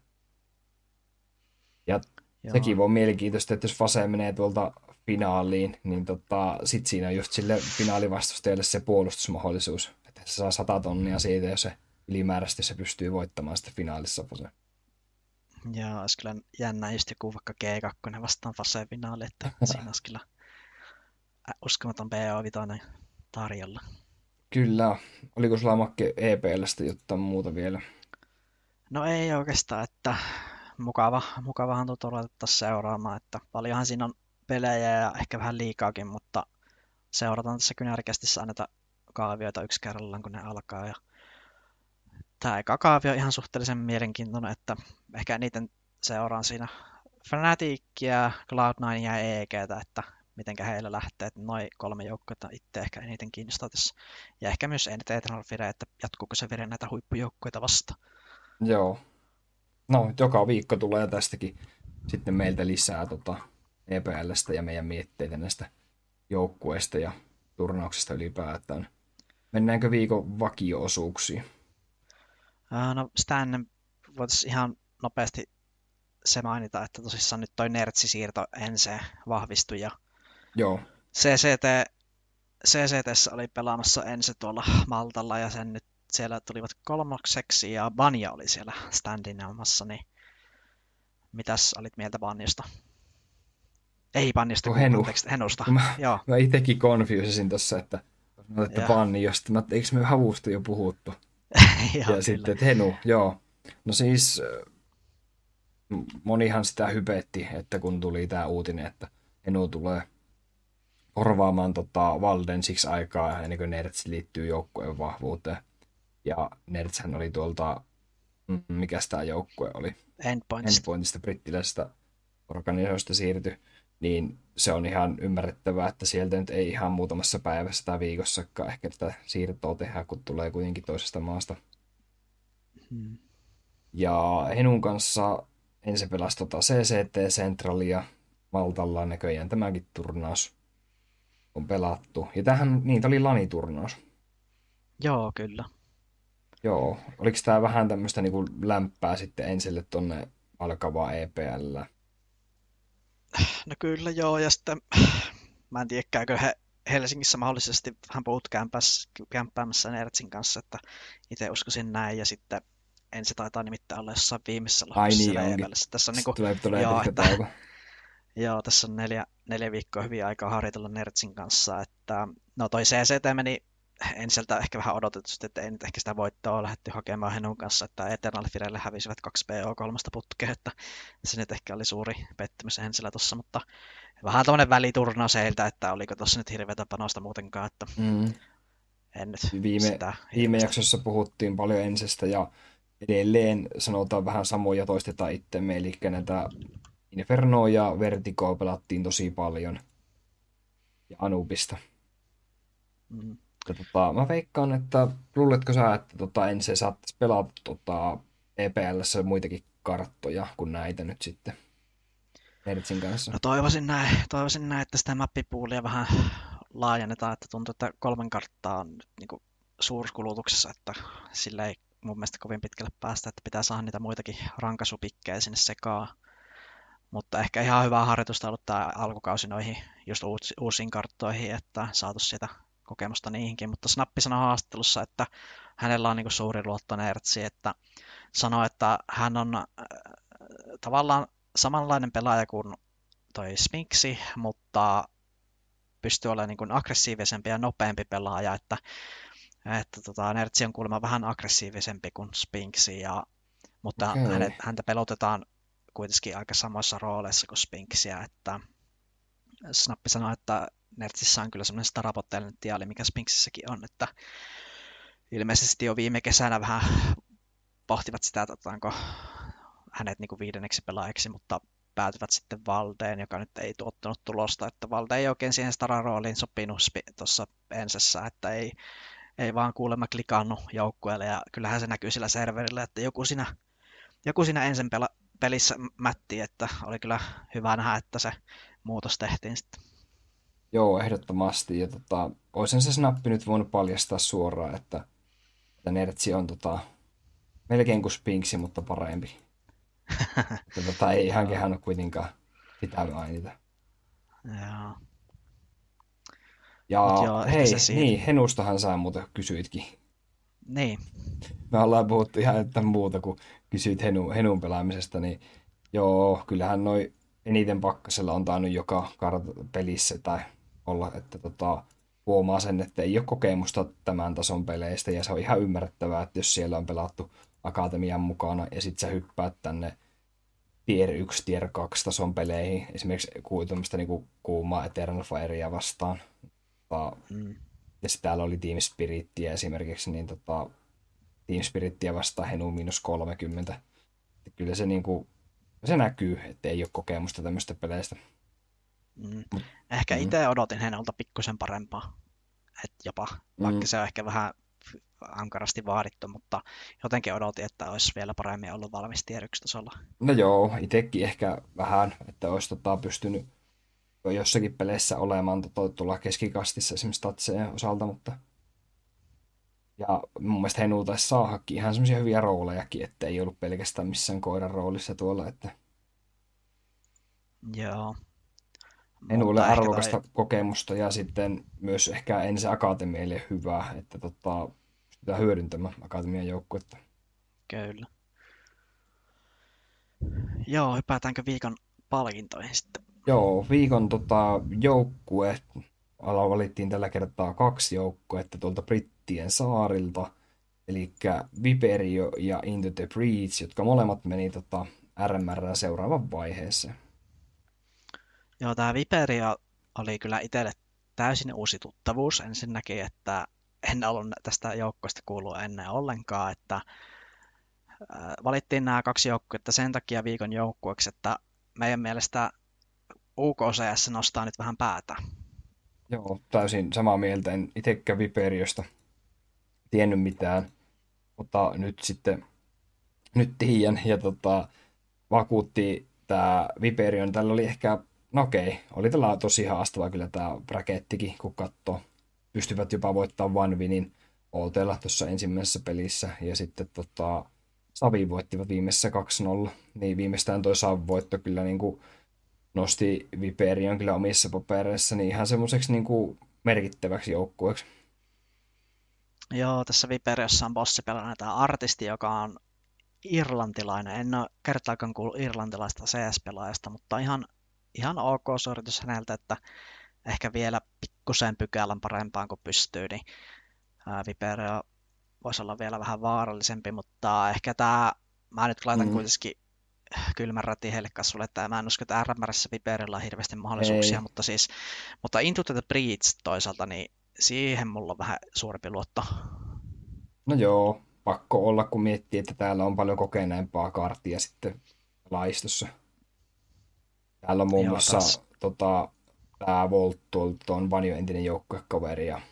Ja Joo. sekin on mielenkiintoista, että jos Fase menee tuolta finaaliin, niin tota, sit siinä on just sille finaalivastustajalle se puolustusmahdollisuus. Että se saa sata tonnia siitä, jos se ylimääräisesti se pystyy voittamaan sitten finaalissa Fase. Ja olisi kyllä jännä just joku vaikka G kaksi vastaan Fase-finaali, että siinä olisi kyllä uskomaton B O viisi tarjolla. Kyllä. Oliko sulla Makke E P L:stä jotain muuta vielä? No ei oikeastaan, että mukava, mukavahan tuota ruvettaisiin seuraamaan, että paljonhan siinä on pelejä ja ehkä vähän liikaakin, mutta seurataan tässä kynärkästissä aina näitä kaavioita yksi kerrallaan, kun ne alkaa. Ja tämä eka kaavio on ihan suhteellisen mielenkiintoinen, että ehkä eniten seuraan siinä Fnaticia, cloud nine ja E G:tä, että mitenkä heillä lähtee, että noin kolme joukkuetta itse ehkä eniten kiinnostaa tässä. Ja ehkä myös N T Eternal Fire, että jatkuuko se vire näitä huippujoukkueita vastaan. Joo. No, joka viikko tulee tästäkin sitten meiltä lisää tota E P L:stä ja meidän mietteitä näistä joukkueista ja turnauksista ylipäätään. Mennäänkö viikon vakio-osuuksiin? Ää, No sitä ennen voitaisiin ihan nopeasti se mainita, että tosissaan nyt toi Nertsi-siirto Enseen vahvistui ja Joo. C C T, C C T:ssä oli pelaamassa Ense tuolla Maltalla ja sen nyt siellä tulivat kolmokseksi ja Vanja oli siellä standinaamassa, niin mitäs olit mieltä Vanjasta? Ei Vanjasta, Tuo kun Henu. anteeksi, Henusta. Mä, Joo, mä itekin confusesin tossa, että sanoit, että Ja. Banni, josta mä, eikö me Havusta jo puhuttu? joo, Ja kyllä. sitten, että Henu, joo. No siis äh, monihan sitä hypetti, että kun tuli tämä uutinen, että Henu tulee korvaamaan tota Valden siksi aikaa, ennen kuin Nertsi liittyy joukkueen vahvuuteen. Ja Nertshän oli tuolta, mm, mikäs tämä joukkue oli? Endpointista. Endpointista brittiläisestä organisaatiosta siirtyi, niin se on ihan ymmärrettävää, että sieltä nyt ei ihan muutamassa päivässä tai viikossakaan ehkä tätä siirtoa tehdä, kun tulee kuitenkin toisesta maasta. Hmm. Ja Henun kanssa ensin pelasi tota C C T Centralia Maltalla näköjään tämäkin turnaus on pelattu. Ja tämähän, niin, tämä oli LAN-turnaus. Joo, kyllä. Joo, oliko tämä vähän tämmöistä niinku lämpää sitten ensille tonne alkavaa E P L? No kyllä joo, ja sitten mä en tiedä, käykö he Helsingissä mahdollisesti vähän bootcampäämässä Nertsin kanssa, että itse uskoisin näin, ja sitten ensi taitaa nimittäin olla jossain viimeisessä Ai lohkossa niin siellä onkin. E P L:ssä. Tässä on niinku, Tulee, tulee joo, pitkä että, tauko. joo, tässä on neljä, neljä viikkoa hyvin aikaa harjoitella Nertsin kanssa, että no toi C C T meni ensiltä ehkä vähän odotetusti, että ei nyt ehkä sitä voittoa lähdetty hakemaan Henun kanssa, että Eternal Firelle hävisivät kaksi P O kolme putkea, että se nyt ehkä oli suuri pettymys ensillä tuossa, mutta vähän tämmöinen väliturnaus heiltä, että oliko tuossa nyt hirveätä panosta muutenkaan, että Mm. en nyt Viime, sitä viime hirveästi- jaksossa puhuttiin paljon ensestä ja edelleen sanotaan vähän samoja toistetaan itsemme, eli näitä Infernoa ja Vertigoa pelattiin tosi paljon ja Anubista. Mm. Ja tota, mä veikkaan, että luuletko sä, että tota, ensin saattaisi pelata tota, E P L:ssä muitakin karttoja kuin näitä nyt sitten Nertsin kanssa? No toivoisin näin, toivoisin näin, että sitä mappipoolia vähän laajennetaan, että tuntuu, että kolmen karttaa on nyt niin suurkulutuksessa, että sillä ei mun mielestä kovin pitkälle päästä, että pitää saada niitä muitakin rankasupikkejä sinne sekaan. Mutta ehkä ihan hyvää harjoitusta ollut tämä alkukausi noihin just uusi, uusiin karttoihin, että saatu sieltä kokemusta niihinkin. Mutta Snappi sanoi haastattelussa, että hänellä on niin suuri luotto Nertsiin, että sanoi, että hän on äh, tavallaan samanlainen pelaaja kuin toi Spinksi, mutta pystyy olemaan niin kuin aggressiivisempi ja nopeampi pelaaja, että, että tota, Nertsi on kuulemma vähän aggressiivisempi kuin Spinksi, ja, mutta Okei. hänet, häntä pelotetaan kuitenkin aika samoissa rooleissa kuin Spinksiä, että Snappi sanoi, että Nertsissä on kyllä semmoinen starapotentiaali, mikä Spinksissäkin on, että ilmeisesti jo viime kesänä vähän pohtivat sitä, että otetaanko hänet niin kuin viidenneksi pelaajaksi, mutta päätyvät sitten Valdeen, joka nyt ei tuottanut tulosta, että Valde ei oikein siihen stararooliin sopinut tuossa ensessä, että ei, ei vaan kuulemma klikannut joukkueelle, ja kyllähän se näkyy sillä serverillä, että joku siinä, joku siinä ensin pela, pelissä mätti, että oli kyllä hyvä nähdä, että se muutos tehtiin sitten. Joo, ehdottomasti. Ja tota, olisin se snappi nyt voinut paljastaa suoraan, että, että Nertsi on tota, melkein kuin Spinksi, mutta parempi. Että tota, ei ihan kehannut kuitenkaan sitä mainita. Joo. Ja Mut joo, ehkä hei, se siinä. niin, Henustahan sä muuten kysyitkin. Niin, Me ollaan puhuttu ihan jotain muuta, kun kysyit Henu, Henun pelaamisesta, niin joo, kyllähän noi eniten pakkasella on tainnut joka kart- pelissä tai olla, että tota, huomaa sen, että ei ole kokemusta tämän tason peleistä, ja se on ihan ymmärrettävää, että jos siellä on pelattu akatemian mukana, ja sit sä hyppäät tänne tier yksi, tier kaksi tason peleihin, esimerkiksi ku- tämmöistä niinku kuumaa Eternal Firea vastaan. Tota, mm, ja sitten täällä oli Team Spirittiä esimerkiksi, niin tota, Team Spirittiä vastaan Henu miinus kolmekymmentä. Että kyllä se, niinku, se näkyy, että ei ole kokemusta tämmöistä peleistä. mm. Ehkä Mm. itse odotin Henolta pikkusen parempaa, että jopa, Mm. vaikka se on ehkä vähän ankarasti vaadittu, mutta jotenkin odotin, että olisi vielä paremmin ollut valmis tier yksi tasolla. No joo, itsekin ehkä vähän, että olisi tota, pystynyt jo jossakin peleissä olemaan tota, tuolla keskikastissa esimerkiksi statseen osalta, mutta ja mun mielestä Henu taisi saadakin ihan semmoisia hyviä roolejakin, että ei ollut pelkästään missään koiran roolissa tuolla, että Joo, Enulle mutta ehkä toi, arvokasta kokemusta ja sitten myös ehkä ensi akatemialle hyvää, että tota, pystytään hyödyntämään akatemian joukkuetta. kyllä. Joo, hypätäänkö viikon palkintoihin sitten? Joo, viikon tota, joukkue, ala valittiin tällä kertaa kaksi joukkuetta tuolta Brittien saarilta, eli Viperio ja Into the Breach, jotka molemmat meni tota, R M R seuraavan vaiheeseen. Joo, tämä Viperia oli kyllä itselle täysin uusi tuttavuus ensinnäkin, että en ollut tästä joukkoista kuullut ennen ollenkaan, että äh, valittiin nämä kaksi joukkuetta sen takia viikon joukkueeksi, että meidän mielestä U K C S nostaa nyt vähän päätä. Joo, täysin samaa mieltä. En itsekään Viperiosta tiennyt mitään, mutta nyt sitten nyt tiedän ja tota, vakuutti tämä Viperion. Tällä oli ehkä, no okei, oli tällä tosi haastava kyllä tämä brakettikin, kun katsoo. Pystyvät jopa voittamaan One Winin O T:lla tuossa ensimmäisessä pelissä ja sitten tota, Savi voittivat viimeisessä kaksi nolla. Niin viimeistään toi Savin voitto kyllä niin kuin nosti Viperion kyllä omissa papereissa niin ihan semmoiseksi niin kuin merkittäväksi joukkueeksi. Joo, tässä Viperiassa on bossipelana tämä artisti, joka on irlantilainen. En ole kertaakaan kuullut irlantilaista C S-pelaajasta, mutta ihan, ihan ok suoritus häneltä, että ehkä vielä pikkusen pykälän parempaan kuin pystyy, niin ää, Viperio voisi olla vielä vähän vaarallisempi, mutta ehkä tämä, mä nyt laitan Mm. kuitenkin kylmän ratin heille kasvulle, että mä en usko, että R M R:ssä Viperillä on hirveästi mahdollisuuksia, Ei. mutta siis, mutta Into the Breach toisaalta, niin siihen mulla on vähän suurempi luotto. No joo, pakko olla, kun miettii, että täällä on paljon kokeneempaa karttia sitten laistossa. Täällä on muun Joo, muassa taas. tota, tämä Volt tuolta on Vanjo entinen joukkuekaveri ja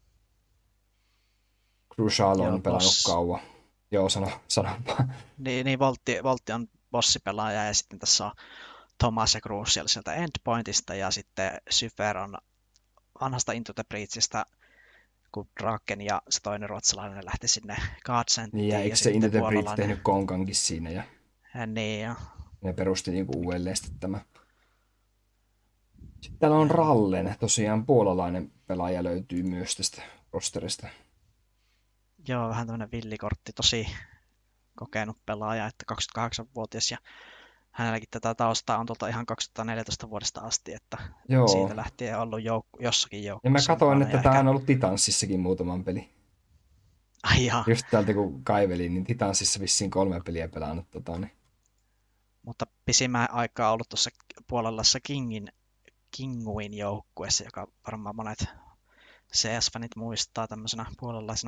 Crucial Joo, on pelannut boss. kauan. Joo, sano, sanopa. Niin, niin Voltti, Voltti on bossipelaaja ja sitten tässä on Thomas ja Crucial sieltä Endpointista ja sitten Syfer on vanhasta Into the Breachista, kun Draken ja se toinen ruotsalainen lähti sinne Godsenttiin. Niin, ja ja eikö se sitten Into the Breach puolalainen. tehnyt konkankin siinä ja Ja niin, ja ne perusti niinku uudelleen sitten tämä. Sitten täällä on Rallen, tosiaan puolalainen pelaaja löytyy myös tästä rosterista. joo, vähän tämmöinen villikortti, tosi kokenut pelaaja, että kaksikymmentäkahdeksanvuotias ja hänelläkin tätä taustaa on tuolta ihan kaksituhattaneljätoista vuodesta asti, että Joo. siitä lähtien ollut jouk- jossakin Ja mä joukkueessa katsoin, mukana, että ja tämä ehkä- on ollut Titanssissakin muutaman peli. Ai jaa, Just täältä kun kaivelin, niin Titanssissa vissiin kolme peliä pelannut. Tota, niin. mutta pisimmän aikaa ollut tuossa puolellassa Kingin, Kinguin joukkueessa, joka varmaan monet C S-fanit muistaa tämmöisenä puolelaisena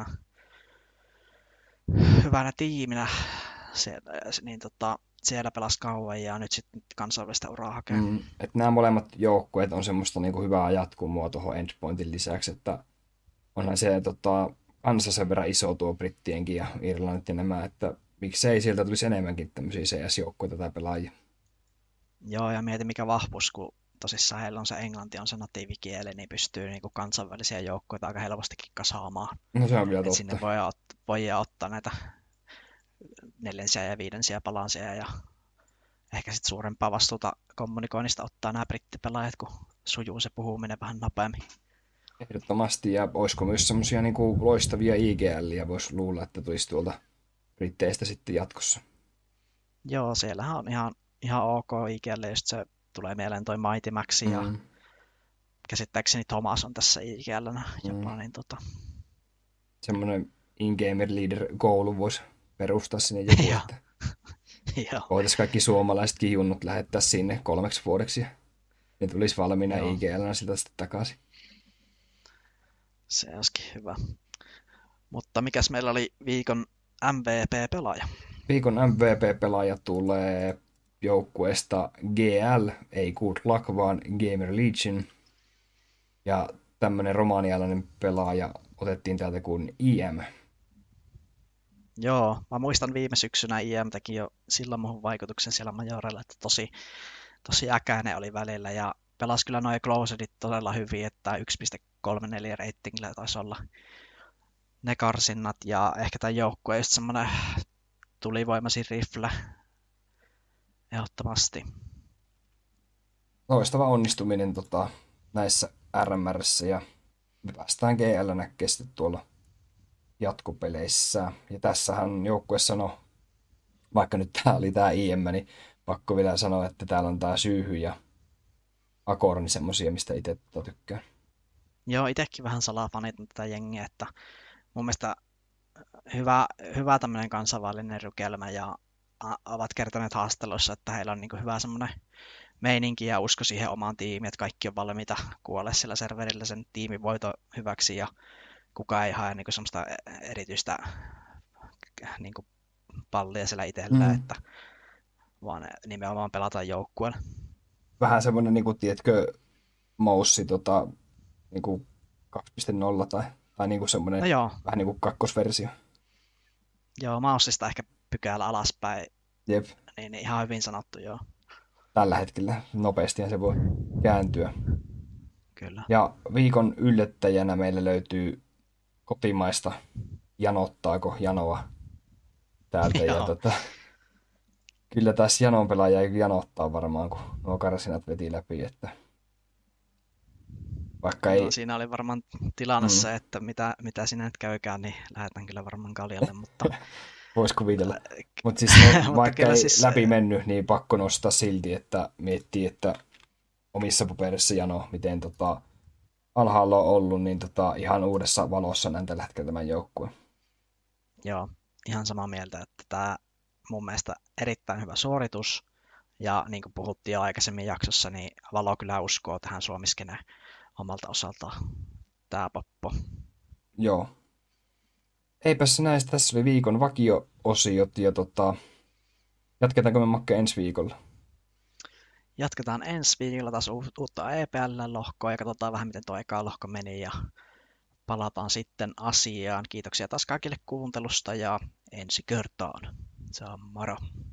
hyvänä tiiminä. Siellä, niin tota, siellä pelasi kauan ja nyt sitten kansainvälistä uraa hakee. Mm, että nämä molemmat joukkueet on semmoista niinku hyvää jatkumoa tuohon Endpointin lisäksi, että onhan se tota, kansa sen verran iso tuo Brittienkin ja Irlannit ja nämä, että miksei sieltä tulisi enemmänkin tämmöisiä C S-joukkueita tai pelaajia. Joo, ja mieti mikä vahvuus, kun tosissaan heillä on se englanti on se natiivikieli, niin pystyy niinku kansainvälisiä joukkoja aika helpostikin kasaamaan. No se on kyllä Et totta. sinne voi, ot- voi ottaa näitä neljänsiä ja viidensiä palansia ja ehkä sitten suurempaa vastuuta kommunikoinnista ottaa nämä brittipelaajat, kun sujuu se puhuminen vähän nopeammin. Ehdottomasti, ja olisiko myös semmoisia niinku loistavia I G L:iä, voisi luulla, että tulisi tuolta Britteistä sitten jatkossa. Joo, siellähän on ihan, ihan ok I G L, just se tulee mieleen toi Mighty Max ja Mm. käsittääkseni Thomas on tässä I G L:nä jopa, Mm. niin tota, Semmoinen in-gamer leader koulu voisi perustaa sinne joku, Joo. että joo, voitaisiin kaikki suomalaisetkin junnut lähettää sinne kolmeksi vuodeksi ja ne tulisi valmiina Joo. I G L:nä sitä sitten takaisin. se olisikin hyvä. Mutta mikäs meillä oli viikon M V P-pelaaja? Viikon M V P-pelaaja tulee joukkueesta G L, ei Good Luck, vaan Gamer Legion. Ja tämmönen romanialainen pelaaja otettiin täältä kuin I M. Joo, mä muistan viime syksynä I M teki jo silloin muhun vaikutuksen siellä Majorella, että tosi, tosi äkäinen oli välillä ja pelasi kyllä noin closedit todella hyvin, että yksi pilkku kolmekymmentäneljä ratingillä taisi olla ne karsinnat ja ehkä tämän joukkueen just semmoinen tulivoimaisin rifle ehdottomasti. loistava onnistuminen tota, näissä R M R:ssä ja me päästään G L näkemään sitten tuolla jatkopeleissä. Ja tässähän joukkueessa, no vaikka nyt tää oli tää I M, niin pakko vielä sanoa, että täällä on tää Syyhy ja Akorni semmosia, mistä itse tota tykkään. Joo, itsekin vähän salafanitan tätä jengiä, että mun mielestä hyvä, hyvä tämmöinen kansainvälinen rykelmä ja a- ovat kertoneet haastatteluissa, että heillä on niin hyvä semmoinen meininki ja usko siihen omaan tiimiin, että kaikki on valmiita kuolle sillä serverillä sen tiimin voito hyväksi ja kukaan ei hae niin semmoista erityistä niin pallia siellä itsellään, Mm. että vaan nimenomaan pelataan joukkueella. Vähän semmoinen, niin kuin, tiedätkö, moussi tota, niin kuin kaksi piste nolla tai, tai niin kuin semmoinen No joo, vähän niin kuin kakkosversio. joo, maussista ehkä pykälä alaspäin, Jep, niin ihan hyvin sanottu, joo, tällä hetkellä nopeastihan se voi kääntyä. kyllä. Ja viikon yllättäjänä meillä löytyy kotimaista janottaako janoa täältä. Ja Joo. tota, kyllä tässä janon pelaaja janottaa varmaan, kun nuo karsinat veti läpi. Että vaikka ei... No, siinä oli varmaan tilanne Mm. se, että mitä, mitä sinä nyt käykään, niin lähdetään kyllä varmaan kaljalle, mutta Voisi kuvitella. Mutta siis no, Mutta vaikka kyllä ei siis- läpi mennyt, niin pakko nostaa silti, että miettii, että omissa paperissa jano, miten tota, alhaalla on ollut, niin tota, ihan uudessa valossa näen tällä hetkellä tämän joukkueen. joo, ihan samaa mieltä, että tämä mun mielestä erittäin hyvä suoritus. Ja niin kuin puhuttiin jo aikaisemmin jaksossa, niin Valo kyllä uskoo tähän Suomiskeneen omalta osaltaan. Tämä poppo. Joo. Eipäs näistä, tässä oli viikon vakio-osiot ja tota, jatketaanko me Makke ensi viikolla? Jatketaan ensi viikolla taas u- uutta E P L-lohkoa ja katsotaan vähän, miten tuo eka lohko meni ja palataan sitten asiaan. Kiitoksia taas kaikille kuuntelusta ja ensi kertaan. Se on moro.